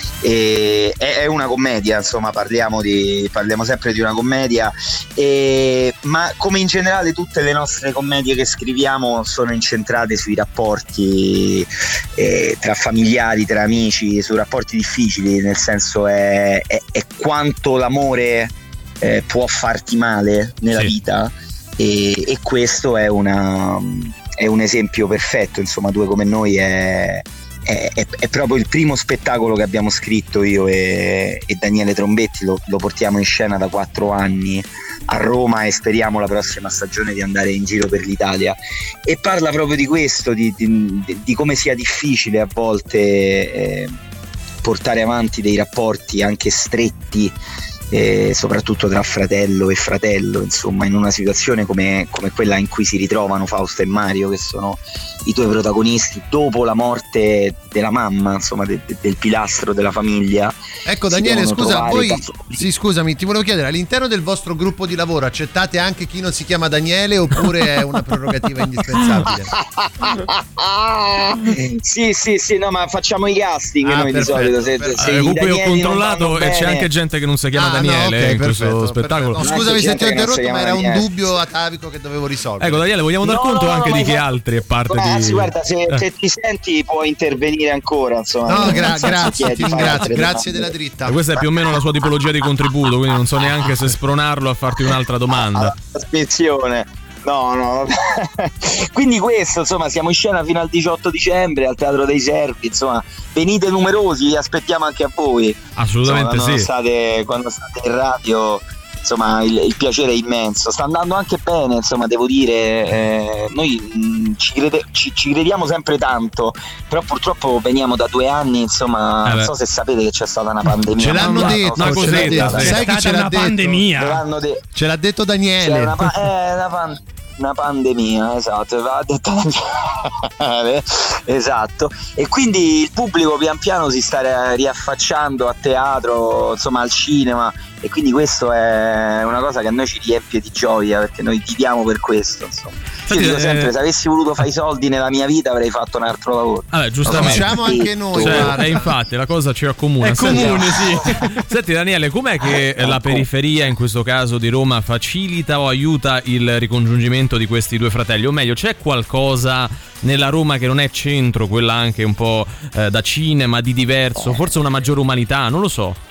E è una commedia, insomma, parliamo di parliamo sempre di una commedia, e, ma come in generale tutte le nostre commedie che scriviamo sono incentrate sui rapporti eh, tra familiari, tra amici, su rapporti difficili, nel senso è, è, è quanto l'amore eh, può farti male nella sì. vita, e, e questo è, una, è un esempio perfetto, insomma. Due come noi è È, è, è proprio il primo spettacolo che abbiamo scritto io e, e Daniele Trombetti. Lo, lo portiamo in scena da quattro anni a Roma e speriamo la prossima stagione di andare in giro per l'Italia, e parla proprio di questo, di, di, di come sia difficile a volte eh, portare avanti dei rapporti anche stretti, eh, soprattutto tra fratello e fratello, insomma, in una situazione come, come quella in cui si ritrovano Fausto e Mario, che sono i tuoi protagonisti dopo la morte della mamma, insomma, de, de, del pilastro della famiglia. Ecco Daniele, scusa, voi sì, scusami, ti volevo chiedere, all'interno del vostro gruppo di lavoro accettate anche chi non si chiama Daniele oppure è una prerogativa indispensabile? Sì, sì, sì, no, ma facciamo i casting ah, noi perfetto, di solito. Se, se eh, comunque ho controllato e c'è anche gente che non si chiama ah, Daniele Daniele ok, in questo perfetto, spettacolo. perfetto. No, scusami se ti ho interrotto, ma era un niente. dubbio atavico che dovevo risolvere. Ecco, Daniele, vogliamo dar No, conto no, anche no, di ma che fa- altri, a parte Ragazzi, di... guarda, se, Eh. se ti senti puoi intervenire ancora, insomma. No, Non gra- so se grazie, chiedi, ti fai ringrazio, altre grazie domande. della dritta. Ma questa è più o meno la sua tipologia di contributo, quindi non so neanche se spronarlo a farti un'altra domanda. Trasmissione. No, no. Quindi questo, insomma, siamo in scena fino al diciotto dicembre al Teatro dei Servi, insomma, venite numerosi, vi aspettiamo anche a voi. Assolutamente Insomma, quando sì. State, quando state in radio, insomma, il, il piacere è immenso. Sta andando anche bene, insomma, devo dire. Eh, noi mh, ci, crede- ci, ci crediamo sempre tanto, però purtroppo veniamo da due anni, insomma, Eh non beh. so se sapete che c'è stata una pandemia. Ce l'hanno mondiale, detto, non so ce se l'ha sapete. detto. C'è Sai chi ce l'ha una detto? pandemia. Ce l'hanno de- Ce l'ha detto c'è Daniele. una, pa- eh, una, pan- una pandemia, esatto, aveva detto esatto. E quindi il pubblico pian piano si sta riaffacciando a teatro, insomma, al cinema, e quindi questo è una cosa che a noi ci riempie di gioia, perché noi viviamo per questo, insomma. Io Senti, dico sempre, eh, se avessi voluto fare i soldi nella mia vita avrei fatto un altro lavoro. Vabbè, giustamente. Lo so, anche noi, Cioè, guarda. e infatti la cosa ci accomuna. È Senti- comune, sì. Senti Daniele, com'è che la periferia, in questo caso di Roma, facilita o aiuta il ricongiungimento di questi due fratelli? O meglio, c'è qualcosa nella Roma che non è centro, quella anche un po' eh, da cinema, di diverso, forse una maggiore umanità, non lo so.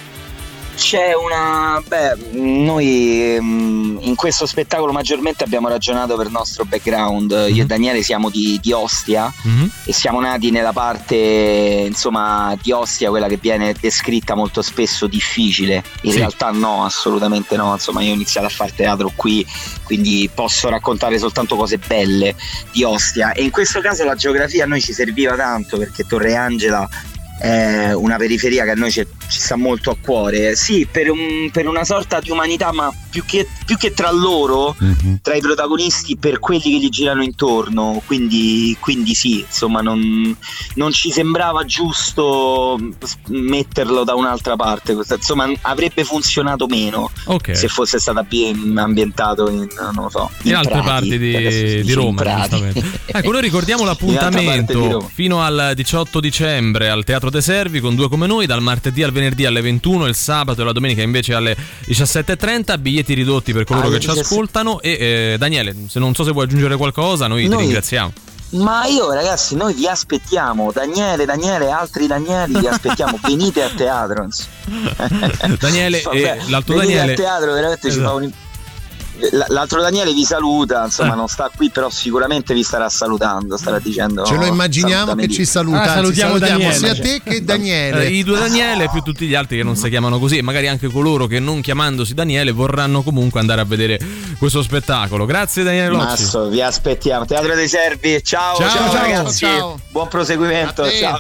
C'è una... beh, noi mm, in questo spettacolo maggiormente abbiamo ragionato per il nostro background. Io e Daniele siamo di, di Ostia, Mhm. e siamo nati nella parte, insomma, di Ostia, quella che viene descritta molto spesso difficile. In Sì. realtà no, assolutamente no. Insomma, io ho iniziato a fare teatro qui, quindi posso raccontare soltanto cose belle di Ostia. E in questo caso la geografia a noi ci serviva tanto, perché Torre Angela è una periferia che a noi ci, ci sta molto a cuore. Sì, per, un- per una sorta di umanità, ma più che, più che tra loro, tra i protagonisti, per quelli che gli girano intorno. Quindi, quindi sì, insomma, non, non ci sembrava giusto metterlo da un'altra parte. Questa- Insomma, avrebbe funzionato meno Ok. se fosse stato ambi- ambientato in, non lo so, In altre Prati, parti di, adesso si di dice in Roma, Prati. giustamente. Ecco, noi ricordiamo In altra parte di l'appuntamento Roma. fino al diciotto dicembre al Teatro dei Servi con Due come noi, dal martedì al venerdì alle ventuno, il sabato e la domenica invece alle diciassette e trenta, biglietti ridotti per coloro Alle che ci diciassette. ascoltano. E eh, Daniele, se non so se vuoi aggiungere qualcosa, noi, ti Noi- ringraziamo. Ma io, ragazzi, noi vi aspettiamo. Daniele, Daniele, altri Danieli, vi aspettiamo. Venite a teatro, insomma. Daniele Vabbè, e l'altro venite Daniele- a teatro, veramente ci Esatto. fa un... L- L'altro Daniele vi saluta, insomma, Eh. non sta qui, però sicuramente vi starà salutando, starà dicendo. Ce lo immaginiamo salutami che di- ci saluta. Ah, anzi, salutiamo Daniele. sia te che Daniele. Eh, I due Daniele più tutti gli altri che non si chiamano così, e magari anche coloro che non chiamandosi Daniele vorranno comunque andare a vedere questo spettacolo. Grazie Daniele Locci. Masso, vi aspettiamo. Teatro dei Servi, ciao, Ciao, ciao, ciao, ragazzi. ciao. Buon proseguimento, A te. ciao.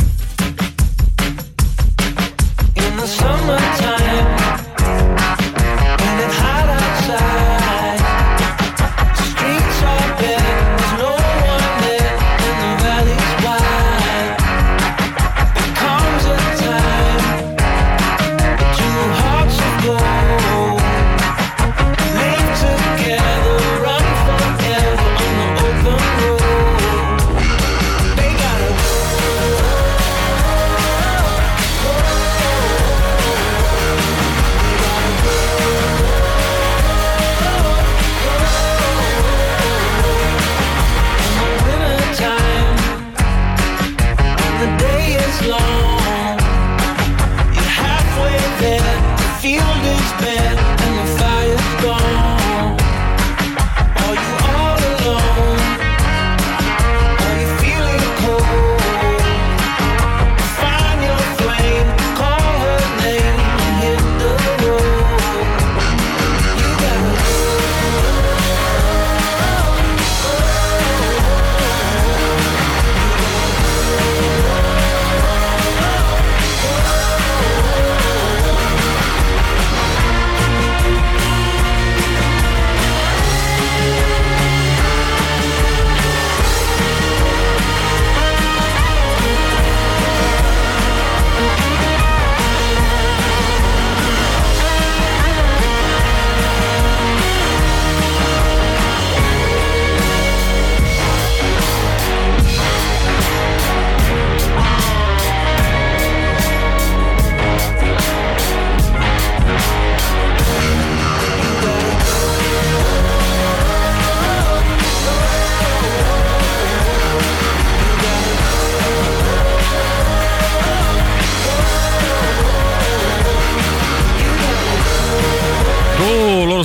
In the summertime, when it's hot outside, streets are bare, there's no one there, and the valley's wide. There comes a time, two hearts of gold live together, run forever on the open road. They gotta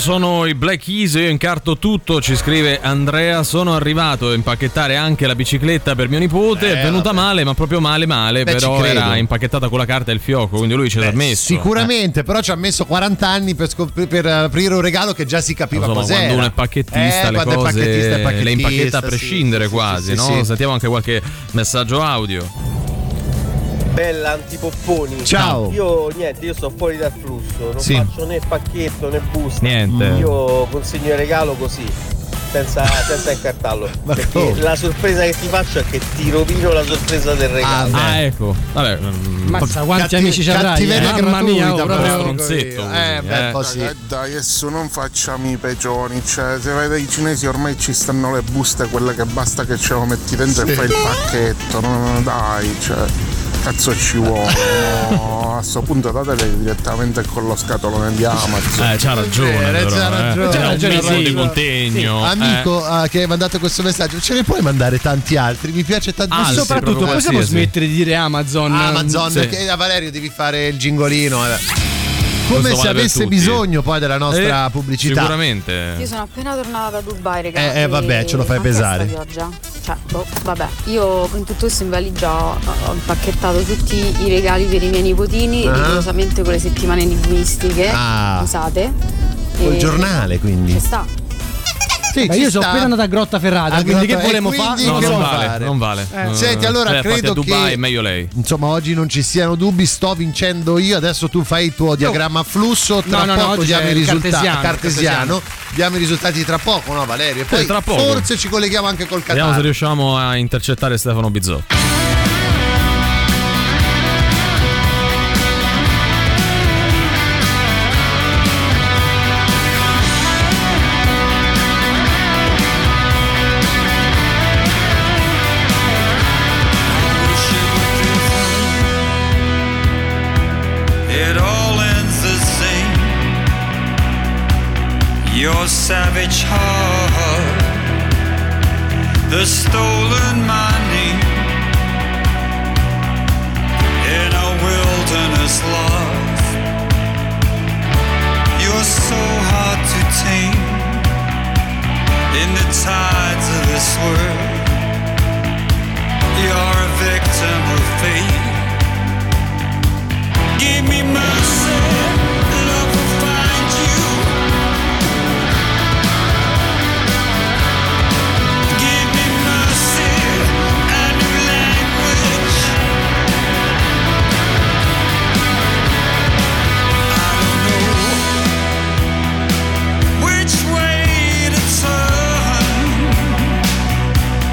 sono i Black Keys, io incarto tutto, ci scrive Andrea. Sono arrivato a impacchettare anche la bicicletta per mio nipote, Eh, è venuta vabbè. male, ma proprio male male. Beh, però ci credo. era impacchettata con la carta e il fioco, quindi lui ci ha Beh, messo. Sicuramente, però ci ha messo quaranta anni per, scop- per aprire un regalo che già si capiva Insomma, cos'era. quando uno è pacchettista, Eh, le quando è cose pacchettista, è pacchettista, le impacchetta a sì, prescindere sì, quasi, sì, no? sì. Sentiamo anche qualche messaggio audio. Bella antipopponi. Ciao. Io niente, io sto fuori dal flusso, non Sì. faccio né pacchetto né busta. Niente. Io consegno il regalo così, senza, senza incartarlo. Perché come? la sorpresa che ti faccio è che ti rovino la sorpresa del regalo. Ah, ecco. Vabbè, Mazza, quanti Catti- amici ci avrai? cattiveria eh? Mamma mia, oh, gratuita, proprio stronzetto. Eh, beh, eh. poi sì. Eh, dai, adesso non facciamo i peggiori, cioè se vede i cinesi ormai ci stanno le buste, quelle che basta che ce lo metti dentro Sì. e fai il pacchetto, no, no, dai, cioè cazzo ci vuole, no? A sto punto datele direttamente con lo scatolone di Amazon. Eh, c'ha ragione, Eh, però, c'ha eh. ragione. C'era un Ragione, mese di ragione. contegno. Sì. Amico eh. eh, che hai mandato questo messaggio, ce ne puoi mandare tanti altri? Mi piace Ah, tantissimo. Ma soprattutto proprio possiamo qualsiasi. smettere di dire Amazon. Amazon, Sì. che a Valerio devi fare il gingolino. eh. Come Questo se vale per avesse tutti. bisogno poi della nostra Eh, pubblicità. Sicuramente. Io sono appena tornata da Dubai, ragazzi. Eh, eh, vabbè, ce lo fai Ma che pesare. sta pioggia? Cioè, boh, vabbè, io in tutto questo in valigia ho, ho impacchettato tutti i regali per i miei nipotini, Ah. rigorosamente con le settimane linguistiche Ah. usate. Col E- giornale, quindi. Ci sta. Sì, Beh, ci io sono sta. appena andata a Grotta Ferrata, A quindi Grotta- che volemo e fare? quindi No, che non vuoi vale, fare? non vale. Eh. Eh, Senti, allora, cioè, infatti credo a Dubai che- è meglio lei. Insomma, oggi non ci siano dubbi, sto vincendo io. Adesso tu fai il tuo diagramma a flusso. Tra No, no, no, poco oggi diamo è i il risultati. cartesiano, Cartesiano. Diamo i risultati tra poco, no, Valerio? E poi Sì, tra poco. forse ci colleghiamo anche col Vediamo se Qatar. riusciamo a intercettare Stefano Bizzotto. It all ends the same. Your savage heart, the stolen money in a wilderness lost. You're so hard to tame in the tides of this world. You're a victim of fate. Give me mercy, love will find you. Give me mercy, a new language. I don't know which way to turn.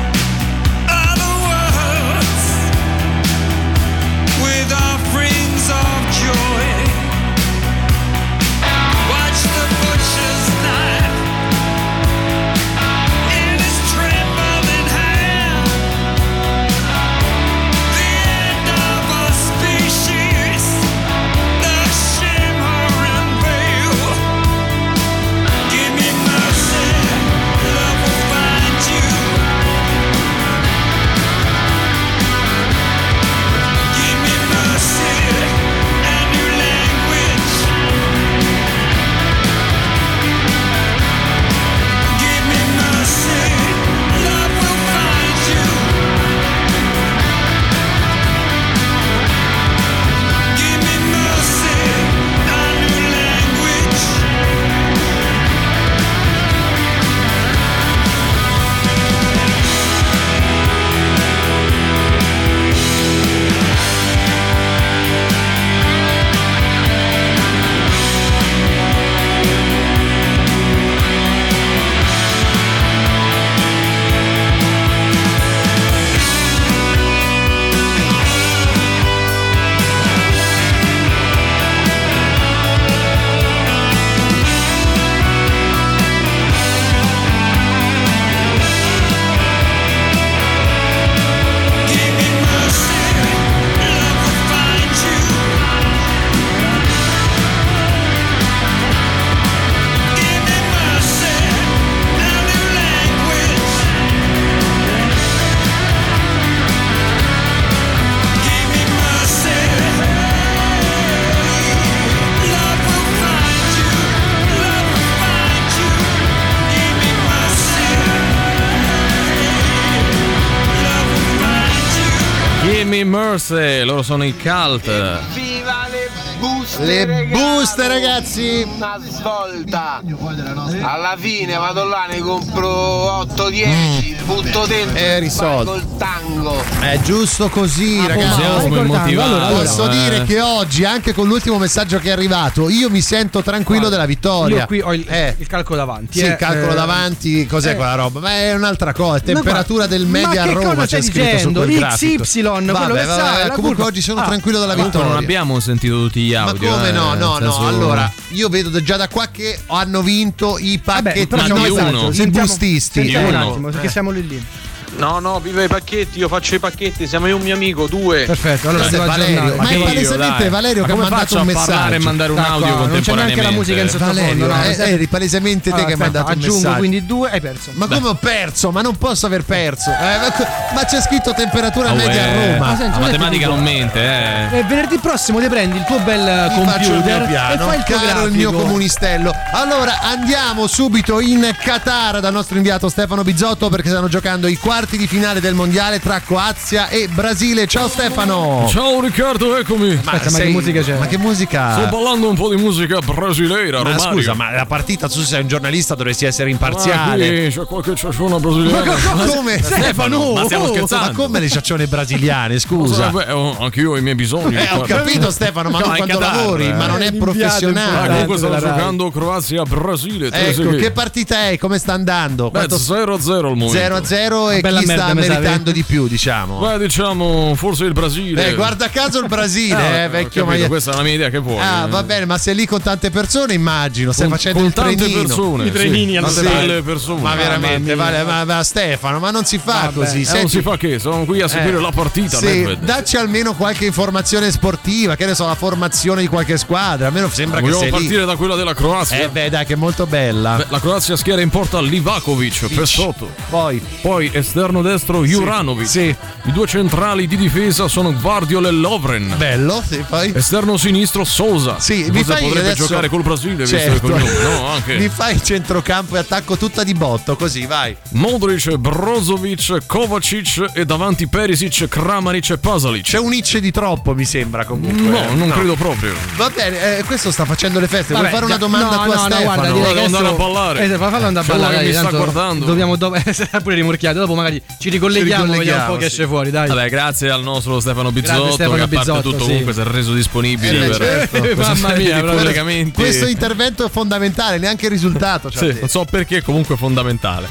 Tammy Mercy, loro sono i Cult. Viva le buste, Le regalo. buste, ragazzi. Una svolta. Alla fine vado là, ne compro otto dieci, butto dentro È risolto. col tango. È giusto così, Ah, ragazzi. ma- Siamo motivati. Allora, posso eh. dire che oggi, anche con l'ultimo messaggio che è arrivato, io mi sento tranquillo della vittoria. Io qui ho il, Eh. il calcolo davanti. Sì, eh. il calcolo Eh, davanti, cos'è eh. quella roba? Ma è un'altra cosa, Ma temperatura guarda, del ma media a che Roma cosa c'è stai scritto su dicendo? quel X grafico. Y, quello Vabbè, che vabbè, sa, la comunque curva. oggi sono Ah. tranquillo della Comunque vittoria. non abbiamo sentito tutti gli Ma audio. come eh, no, no, nel no. senso- Allora, io vedo già da qua che hanno vinto i pacchetti, però c'è no, un i messaggio. i Sentiamo- bustisti. sentiamo un Uno. attimo, perché Eh. siamo lì lì. No, no, viva i pacchetti, io faccio i pacchetti, siamo io e un mio amico, due. Perfetto, allora Questo è devo Valerio, aggiornare. ma è io, palesemente dai. Valerio Ma che ha come mandato faccio un a parlare messaggio. e mandare un D'accordo, audio non c'è contemporaneamente? neanche la musica in sottofondo. Valerio, no, eh, stai- eri palesemente te Allora, che hai aspetta, mandato un aggiungo messaggio. quindi due, hai perso. Ma come ho perso? Ma non posso aver perso. Eh, ma, ma c'è scritto temperatura Oh, media eh, a Roma. Ma senti, la non è matematica finito. non mente, eh. E venerdì prossimo ti prendi il tuo bel Ti faccio il computer mio e piano, fai il tuo caro il mio grafico. comunistello. Allora andiamo subito in Qatar dal nostro inviato Stefano Bizzotto, perché stanno giocando i quarti di finale del mondiale tra Croazia e Brasile. Ciao Stefano. Ciao Riccardo, eccomi. Ma, Aspetta, ma che sei- musica c'è? Ma che musica? Sto ballando un po' di musica brasileira, Ma romanica. scusa, ma la partita, tu sei un giornalista, dovresti essere Ma imparziale. qui c'è qualche ciaciona brasiliana. Ma come? Stefano, ma stiamo Oh, scherzando? Ma come le ciaccione brasiliane, scusa? Beh, ho- anch'io ho i miei bisogni. Eh, ho capito Stefano, ma No, non in quando Qatar, lavori, eh. ma non è L'inviato professionale. Ah, comunque stanno della Rai. giocando Croazia-Brasile. Ecco, che partita è? Come sta andando? Beh, zero a zero al momento. zero a zero e Bella chi sta merda, mi sa, meritando di più, diciamo? Beh, diciamo, forse il Brasile. Eh, guarda caso il Brasile, Ah, eh, ho vecchio capito, Maia- questa è la mia idea, che vuoi? Ah, va bene, ma sei lì con tante persone, immagino. Stai Con- facendo con il tante trenino. persone, I trenini sì. hanno Sì. delle persone. Ma Ah, veramente, mamma mia. vale, ma, ma Stefano, ma non si fa Vabbè, così. eh, non si fa che, sono qui a seguire la partita, Sì, Nedved. dacci almeno qualche informazione sportiva, che ne so, la formazione di qualche squadra. A me sembra che Vogliamo sei partire lì. da quella della Croazia? Eh beh, dai, che è molto bella. Beh, la Croazia schiera in porta Livakovic, Pessotto. Poi. Poi esterno destro Juranovic. Sì. I due centrali di difesa sono Gvardiol e Lovren. Bello, sì, poi. Esterno sinistro Sousa. Sì, Sousa mi fai potrebbe adesso- giocare col Brasile, Certo. visto il cognome, no? Anche Mi fai centrocampo e attacco tutta di botto, così, vai. Modric, Brozovic, Kovacic e davanti Perisic, Kramaric e Pasalic. C'è un Icce di troppo, mi sembra comunque. No, non credo proprio. Va bene, eh, questo sta facendo le feste. Vuoi Vabbè, fare una già- domanda no, a tua no, no, Stefano? guarda, direi Devo che andare adesso- a ballare. Eh, fallo andare a C'è uno ballare, che mi dai, sta tanto guardando. Dobbiamo dopo sarà pure rimorchiato. Dopo magari ci ricolleghiamo, Ci vediamo un po' ricolleghiamo, che sì. esce fuori, dai. Vabbè, grazie al nostro Stefano Bizzotto, Stefano che a parte Bizzotto, tutto sì. comunque si è reso disponibile Eh, per certo. per Mamma una serie mia, di proprio. collegamenti. Questo intervento è fondamentale, neanche il risultato. ci ha Sì, detto. non so perché, comunque è fondamentale.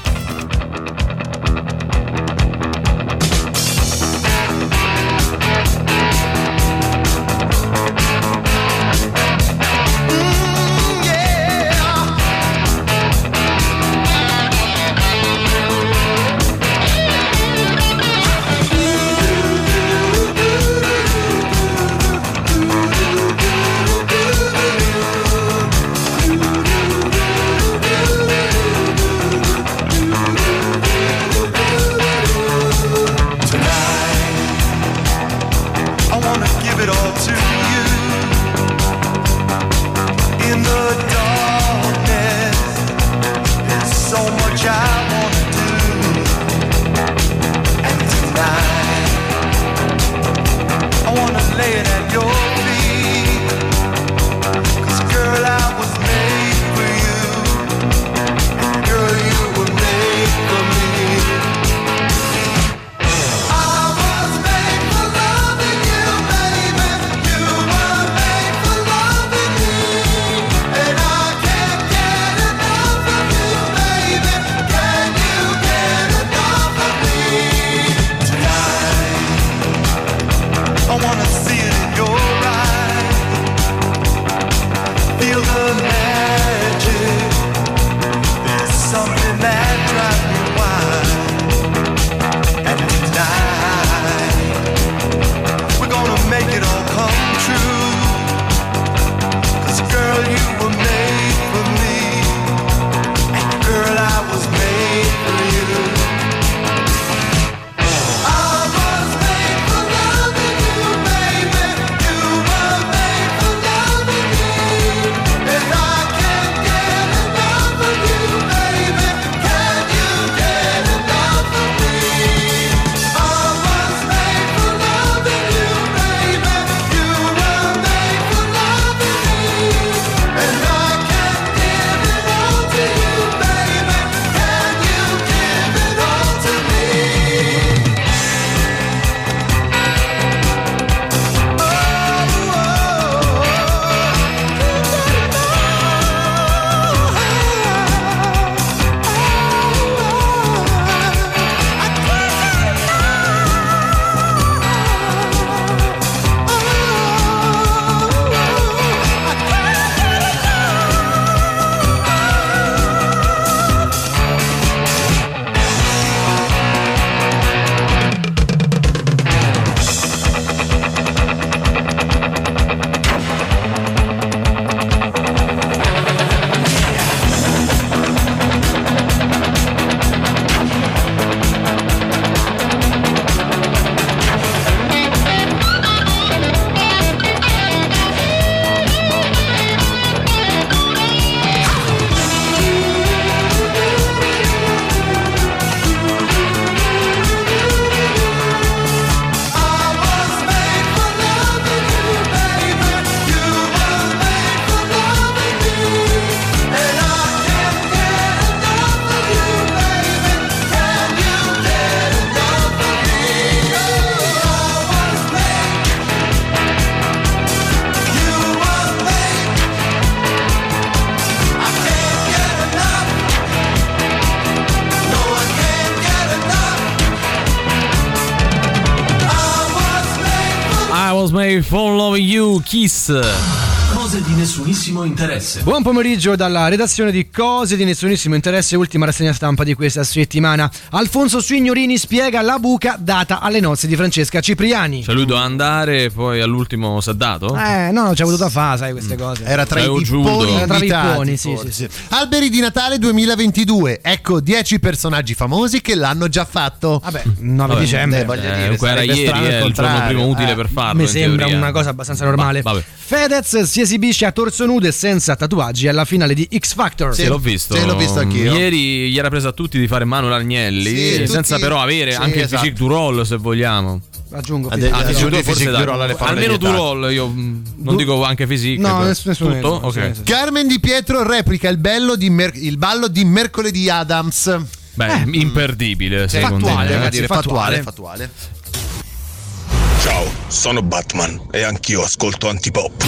was made for loving you, Kiss. Cose di nessunissimo interesse. Buon pomeriggio dalla redazione di Cose di nessunissimo interesse, ultima rassegna stampa di questa settimana. Alfonso Signorini spiega la buca data alle nozze di Francesca Cipriani. Cioè lui doveva andare, poi all'ultimo si è dato? Eh, no, no, c'è avuto a fare, sai, queste cose. Era tra Sei i giudo. pipponi Era tra i invitati, pipponi, sì, forse. sì, Alberi di Natale duemilaventidue. Ecco dieci personaggi famosi che l'hanno già fatto. Vabbè, nove Vabbè, dicembre. eh, voglio Eh, dire, comunque era sarebbe ieri, strano il è il giorno contrario. primo utile Eh, per farlo. Mi in sembra teoria. una cosa abbastanza normale. Va- vabbè. Fedez si esibisce a torso nudo e senza tatuaggi alla finale di X Factor. Sì, l'ho visto. sì, l'ho visto anch'io. Ieri gli era preso a tutti di fare Manuel Agnelli, Sì, senza tutti- però avere sì, anche il esatto. physique du roll, se vogliamo. Aggiungo Ah, fisico. de- Ah, aggiungi fisico, il forse physique dai. du roll alle favole Almeno du vietati. roll, io mm, non dico anche physique. No, per- ness- nessuno. Tutto? Ok. Sì, sì, sì. Carmen Di Pietro replica il, bello di mer- il ballo di mercoledì Adams. Beh, imperdibile, Sì, secondo fattuale, me. devo eh. dire, fattuale. fattuale, fattuale. Ciao, sono Batman e anch'io ascolto antipop.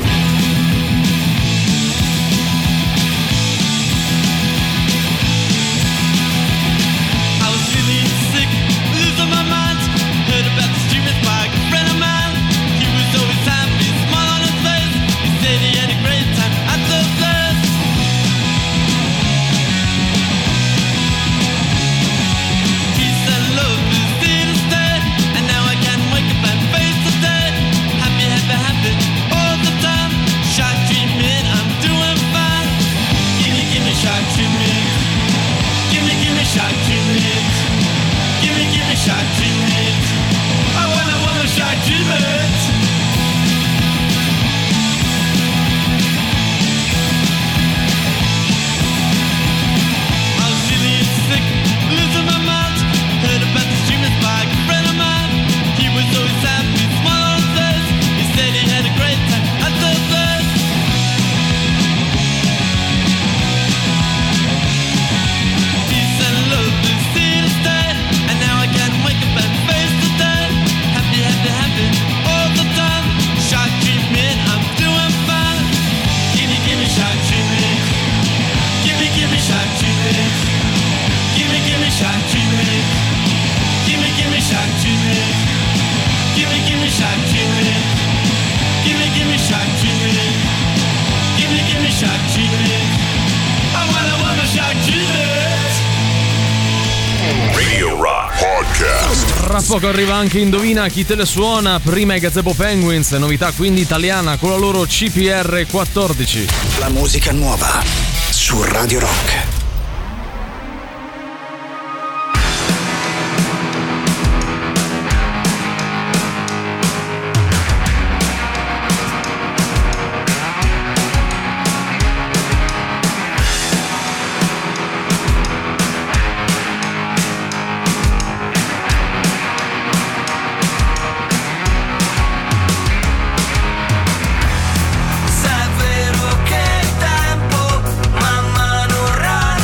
I was feeling sick, losing my mind. Heard about the stream with my good friend of mine. He was always happy, smile on his face. He said he had a great time at the place. Peace and love is here to stay, and now I can wake up and face the day. Happy, happy, happy all the time. Shark treatment, I'm doing fine. Gimme, gimme shark treatment. Gimme, gimme shark treatment. Gimme, gimme shark treatment. I wanna, wanna shark treatment. I was feeling sick, losing my mind. Heard about the streamers by a friend of mine. He was always happy, smile on his face. He said he had a great time at the place. Peace and love is here to stay, and now I can wake up and face the day. Happy, happy, happy all the time. Shark treatment, I'm doing fine. Gimme, gimme shark treatment. Gimme, gimme shark treatment. Gimme, gimme shark treatment. Gimme, gimme shark treatment. Gimme, gimme shark treatment. Gimme, gimme shark treatment. Gimme, gimme shark treatment. I wanna, wanna shark treatment. Radio Rock Podcast. Tra poco arriva anche Indovina chi te le suona. Prima i Gazebo Penguins, novità quindi italiana con la loro C P R quattordici. La musica nuova su Radio Rock. Se è vero che il tempo man mano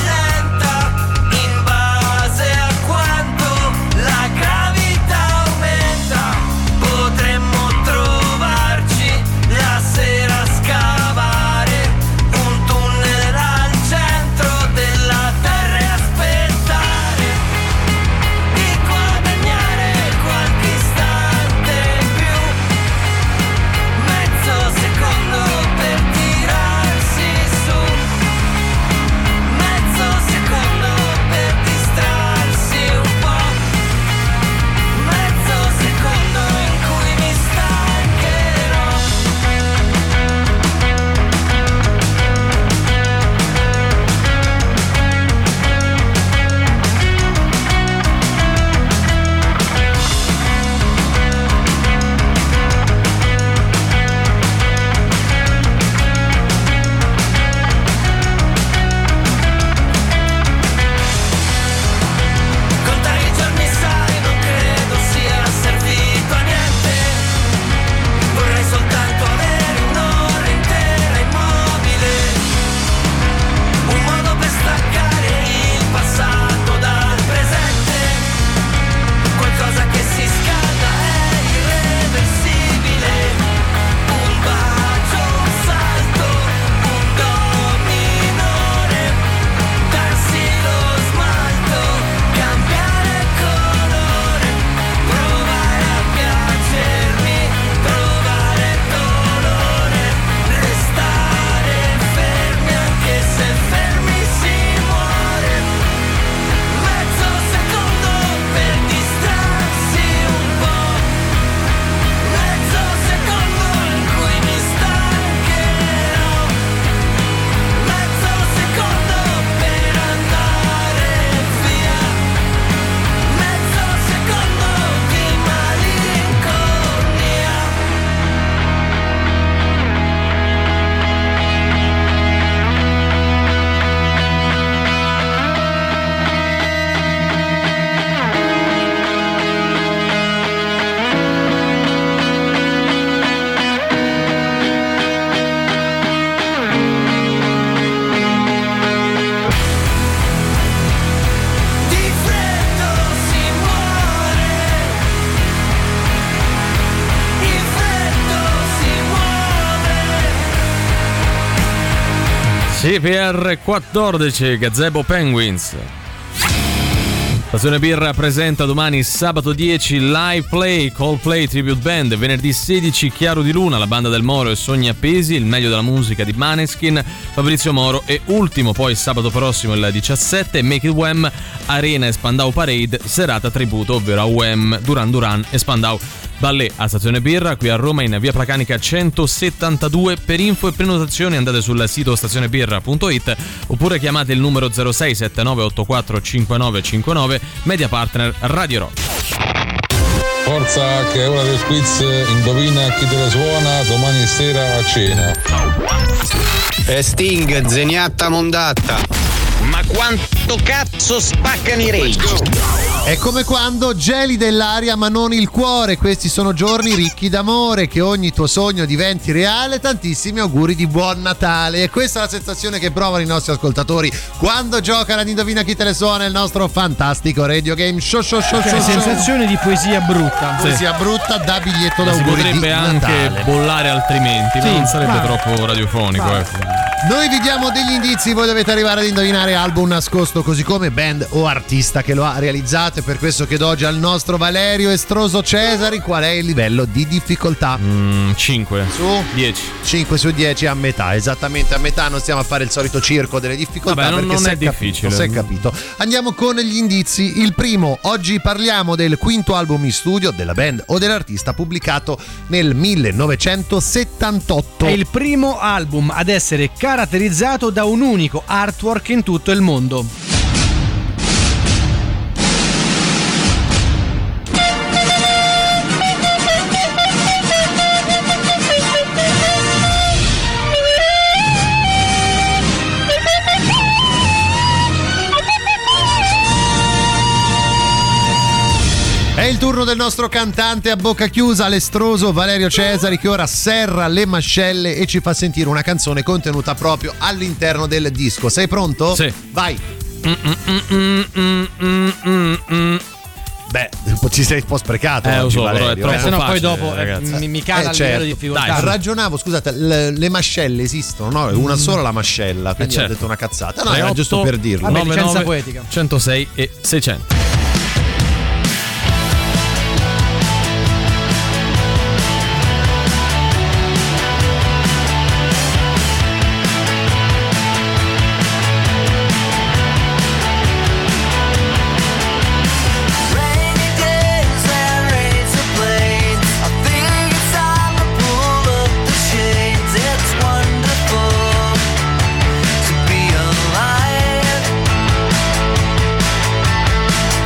G P R quattordici, Gazebo Penguins. Stazione Birra presenta domani sabato dieci Live Play Coldplay Tribute Band, venerdì sedici Chiaro di Luna, la banda del Moro e Sogni Appesi, il meglio della musica di Maneskin, Fabrizio Moro e ultimo poi sabato prossimo il diciassette Make It Wham, Arena e Spandau Parade, serata tributo ovvero a Wham, Duran Duran e Spandau Ballet a Stazione Birra qui a Roma in via Placanica centosettantadue. Per info e prenotazioni andate sul sito stazionebirra punto it oppure chiamate il numero zero sei sette nove otto quattro cinque nove cinque nove. Media partner Radio Rock. Forza che è ora del quiz, indovina chi te la suona domani sera a cena. E Sting, Zeniatta Mondatta. Ma quanto cazzo spaccano i Rage? È come quando geli dell'aria ma non il cuore. Questi sono giorni ricchi d'amore, che ogni tuo sogno diventi reale. Tantissimi auguri di buon Natale. E questa è la sensazione che provano i nostri ascoltatori quando giocano ad Indovina chi te le suona, il nostro fantastico radio game show show show, show, show. Sensazione di poesia brutta. Poesia sì. brutta da biglietto da si auguri potrebbe di anche Natale. bollare altrimenti, sì, ma non sarebbe ma... troppo radiofonico. Ma... ecco. Noi vi diamo degli indizi, voi dovete arrivare ad indovinare album nascosto, così come band o artista che lo ha realizzato. E per questo chiedo oggi al nostro Valerio Estroso Cesari qual è il livello di difficoltà. Mm, cinque su dieci. cinque su dieci a metà, esattamente a metà. Non stiamo a fare il solito circo delle difficoltà. Vabbè, non, perché non è cap- difficile. Non si è capito. Andiamo con gli indizi. Il primo, oggi parliamo del quinto album in studio della band o dell'artista pubblicato nel millenovecentosettantotto. È il primo album ad essere caratterizzato da un unico artwork in tutto il mondo. È il turno del nostro cantante a bocca chiusa, l'estroso Valerio Cesari, che ora serra le mascelle e ci fa sentire una canzone contenuta proprio all'interno del disco. Sei pronto? Sì. Vai. Mm, mm, mm, mm, mm, mm. Beh, ci sei un po' sprecato eh, oggi, lo so, Valerio. però è troppo eh. Se no facile, poi dopo ragazzi. mi, mi cala eh, il certo. livello di difficoltà. Dai, ragionavo, scusate, le, le mascelle esistono, no? È una sola la mascella, quindi eh, certo. ho detto una cazzata. No, tre, era otto, giusto per dirlo. Vabbè, nove, licenza nove, poetica. centosei e seicento. Alive.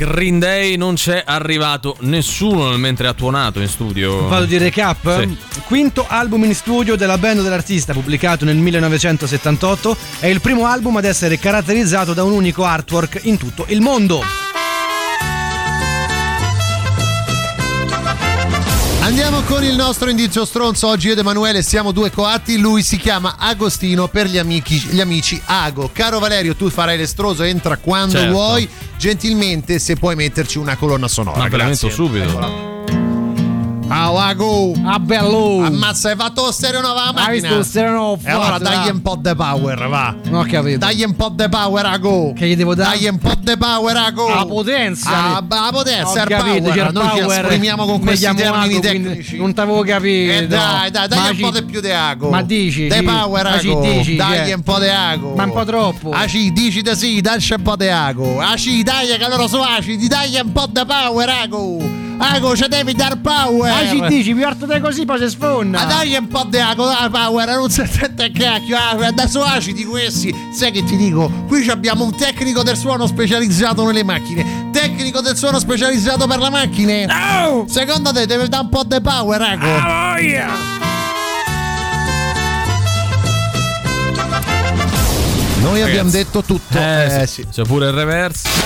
Green Day non c'è arrivato nessuno mentre ha tuonato in studio. Vado di recap? Sì. Quinto album in studio della band dell'artista, pubblicato nel millenovecentosettantotto, è il primo album ad essere caratterizzato da un unico artwork in tutto il mondo. Andiamo con il nostro indizio stronzo. Oggi io ed Emanuele siamo due coatti. Lui si chiama Agostino, per gli amici, gli amici Ago. Caro Valerio, tu farai l'estroso, entra quando certo. vuoi. Gentilmente, se puoi metterci una colonna sonora. Ma ve la metto subito. Eccola. Ciao Ago, ah bello, ammazza, hai fatto lo stereo nuova la macchina. Hai visto lo stereo nuovo? E allora dagli un po' de power, va. Non ho capito. Dagli un po' de power Ago. Che gli devo dare? Dagli un po' de power Ago. La potenza. Ah, la potenza, il power. C'è Noi ci power. esprimiamo con questi termini Ago, tecnici. Non t'avevo capito. Eh dai, dai, dagli ma un ci... po' di più di Ago. Ma dici? De sì. power ma Ago. dici, dagli che... un po' di Ago. Ma un po' troppo. Ah sì, dici di sì, dagli un po' di Ago. Ah sì, dai che loro sono acidi, dagli un po' di power Ago. Ago, ci devi dar power. Ah ci dici, mi orto te così poi si sfonda. Ma dai un po' di Ago, dai power, non si sente cacchio. Adesso acidi questi. Sai che ti dico? Qui abbiamo un tecnico del suono specializzato nelle macchine. Tecnico del suono specializzato per le macchine. Oh! Secondo te deve dare un po' di power, Ago? Oh yeah! Noi Ragazzi, abbiamo detto tutto. Eh, Eh, sì. sì. C'è pure il reverse.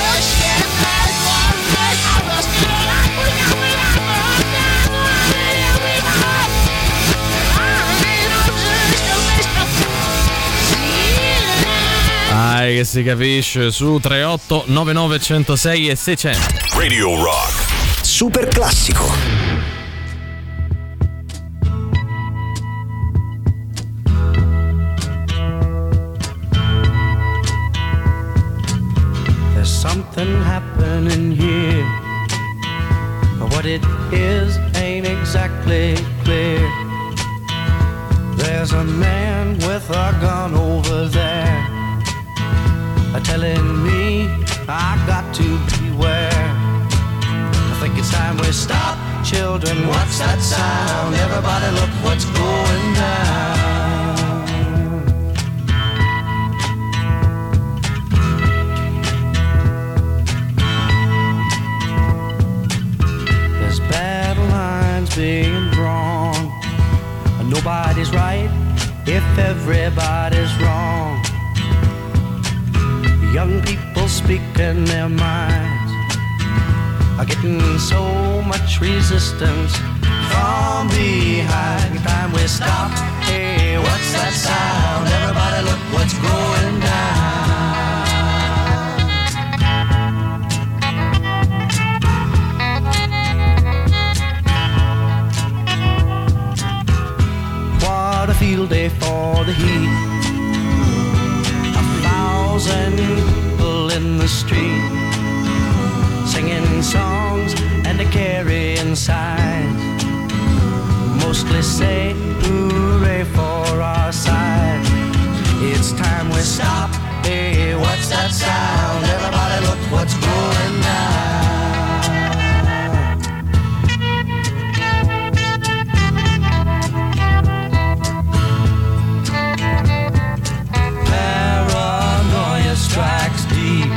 Dai che si capisce su tre otto nove nove uno zero sei e seicento. Radio Rock. Super classico. There's something happening here. What it is ain't exactly clear. There's a man with a gun over there, telling me I got to beware. I think it's time we stop, children. What's that sound? Everybody look what's going down. There's battle lines being drawn. Nobody's right if everybody's wrong. Young people speaking their minds are getting so much resistance from behind. Time we stop. Hey, what's that sound? Everybody look what's going down. What a field day for the heat. Thousand people in the street, singing songs and carrying signs, mostly say hooray for our side. It's time we stop. Hey, what's that sound? Everybody look what's going down. Strikes deep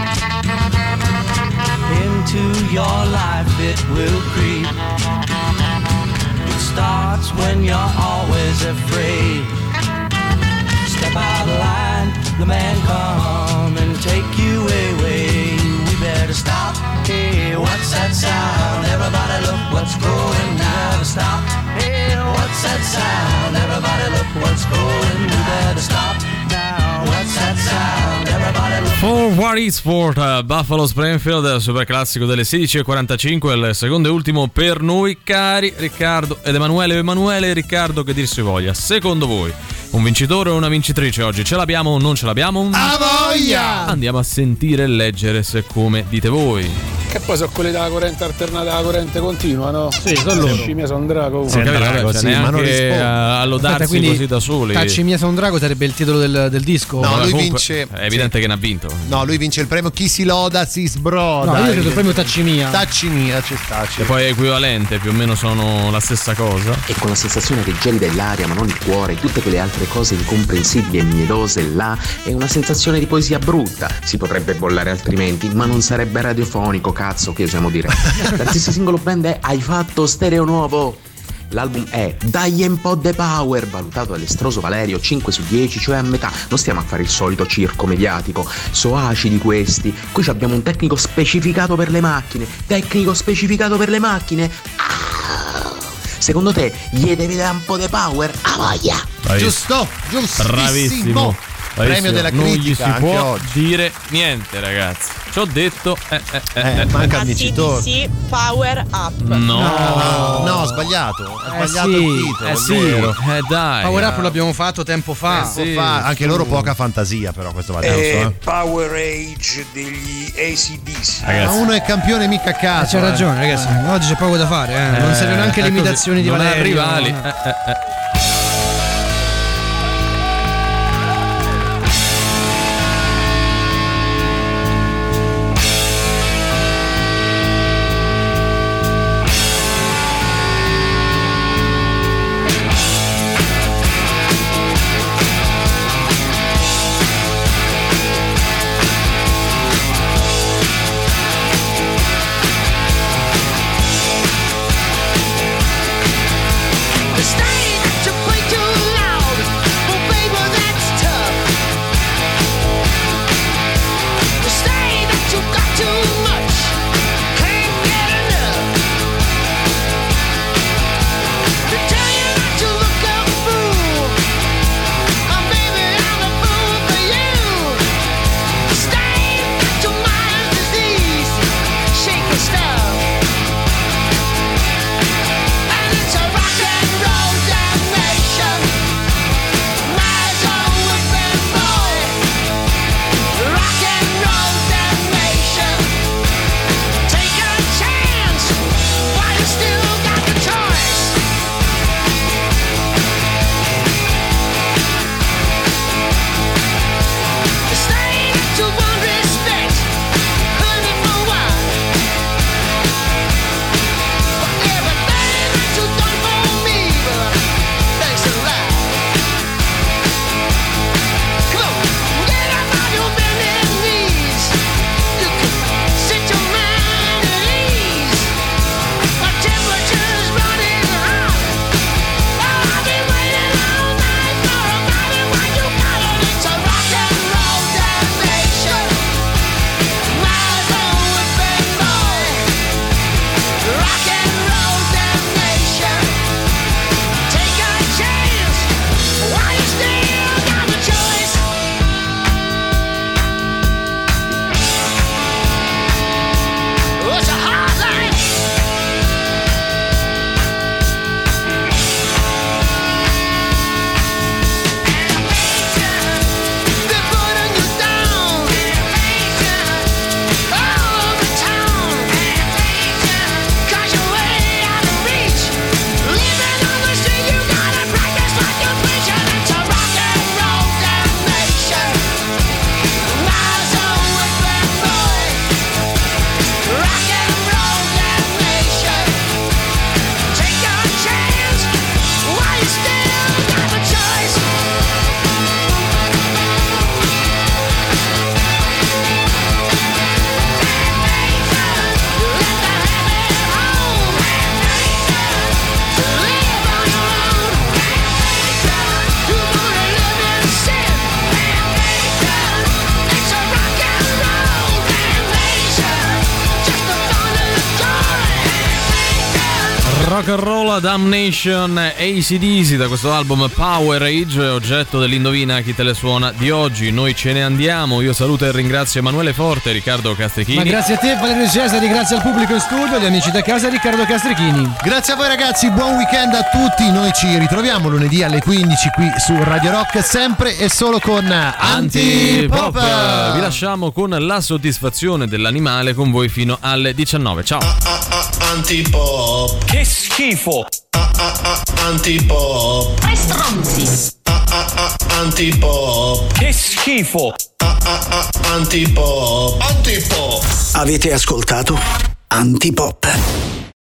into your life, it will creep. It starts when you're always afraid. Step out of line, the man come and take you away. We better stop. Hey, what's that sound? Everybody look what's going down. Stop. Hey, what's that sound? Everybody look what's going. We better stop now. What's that sound? Everybody look. For What Is Sport, uh, Buffalo Springfield, super classico delle sedici e quarantacinque, il secondo e ultimo per noi cari Riccardo ed Emanuele. Emanuele e Riccardo, che dir si voglia, secondo voi un vincitore o una vincitrice oggi? Ce l'abbiamo o non ce l'abbiamo? A voglia! Andiamo a sentire e leggere se come dite voi. Che poi sono quelli della corrente alternata alla corrente continua, no? Sì, sono loro. Scimmia sono drago. Sì, drago, cioè, sì, ma non risponde a lodarsi. Aspetta, così da soli. Tacci mia sei un drago sarebbe il titolo del, del disco. No, lui comunque, vince. È evidente sì. che ne ha vinto. No, lui vince il premio Chi si loda si sbroda. No, io credo il premio Tacci mia. Tacci mia, ci sta. E poi è equivalente, più o meno sono la stessa cosa. E con la sensazione che gelida l'aria, ma non il cuore, tutte quelle altre cose incomprensibili e mielose là, è una sensazione di poesia brutta. Si potrebbe bollare altrimenti, ma non sarebbe radiofonico, cazzo che usiamo dire. L'artista singolo band è Hai fatto stereo nuovo. L'album è Dai un po' de power, valutato dall'estroso Valerio cinque su dieci, cioè a metà. Non stiamo a fare il solito circo mediatico, so acidi questi. Qui abbiamo un tecnico specificato per le macchine. Tecnico specificato per le macchine. Ah, secondo te gli devi dare un po' de power? A voglia! Giusto, giustissimo. Bravissimo. Premio della critica. Non gli si anche può oggi. dire niente, ragazzi. Ci ho detto, eh, eh, eh, Eh, manca il vincitore. Sì, power up. No, No, no, ho sbagliato. Ho Eh sbagliato sì, il titolo. eh è sì, vero. eh dai. Power Up l'abbiamo fatto tempo fa. Eh sì. Fa- anche loro poca fantasia, però questo va detto. È Eh. Power Age degli A C D C. Ma uno è campione mica a Eh, caso. c'ha eh. ragione, ragazzi. Oggi c'è poco da fare, eh. Non Eh, servono neanche le è così. imitazioni di Non ha Valerio. rivali. no. Eh, eh, eh. Rock and Roll Damnation A C D C da questo album Power Age, oggetto dell'Indovina chi te le suona di oggi. Noi ce ne andiamo, io saluto e ringrazio Emanuele Forte e Riccardo Castrichini. Ma grazie a te Valerio Cesari, grazie al pubblico in studio, agli amici da casa, Riccardo Castrichini. Grazie a voi ragazzi, buon weekend a tutti. Noi ci ritroviamo lunedì alle quindici qui su Radio Rock, sempre e solo con Antipop. Vi lasciamo con la soddisfazione dell'animale con voi fino alle diciannove. Ciao. Antipop. Che schifo. Antipop. Tre stronzi. Antipop. Che schifo. Antipop. Antipop. Avete ascoltato Antipop.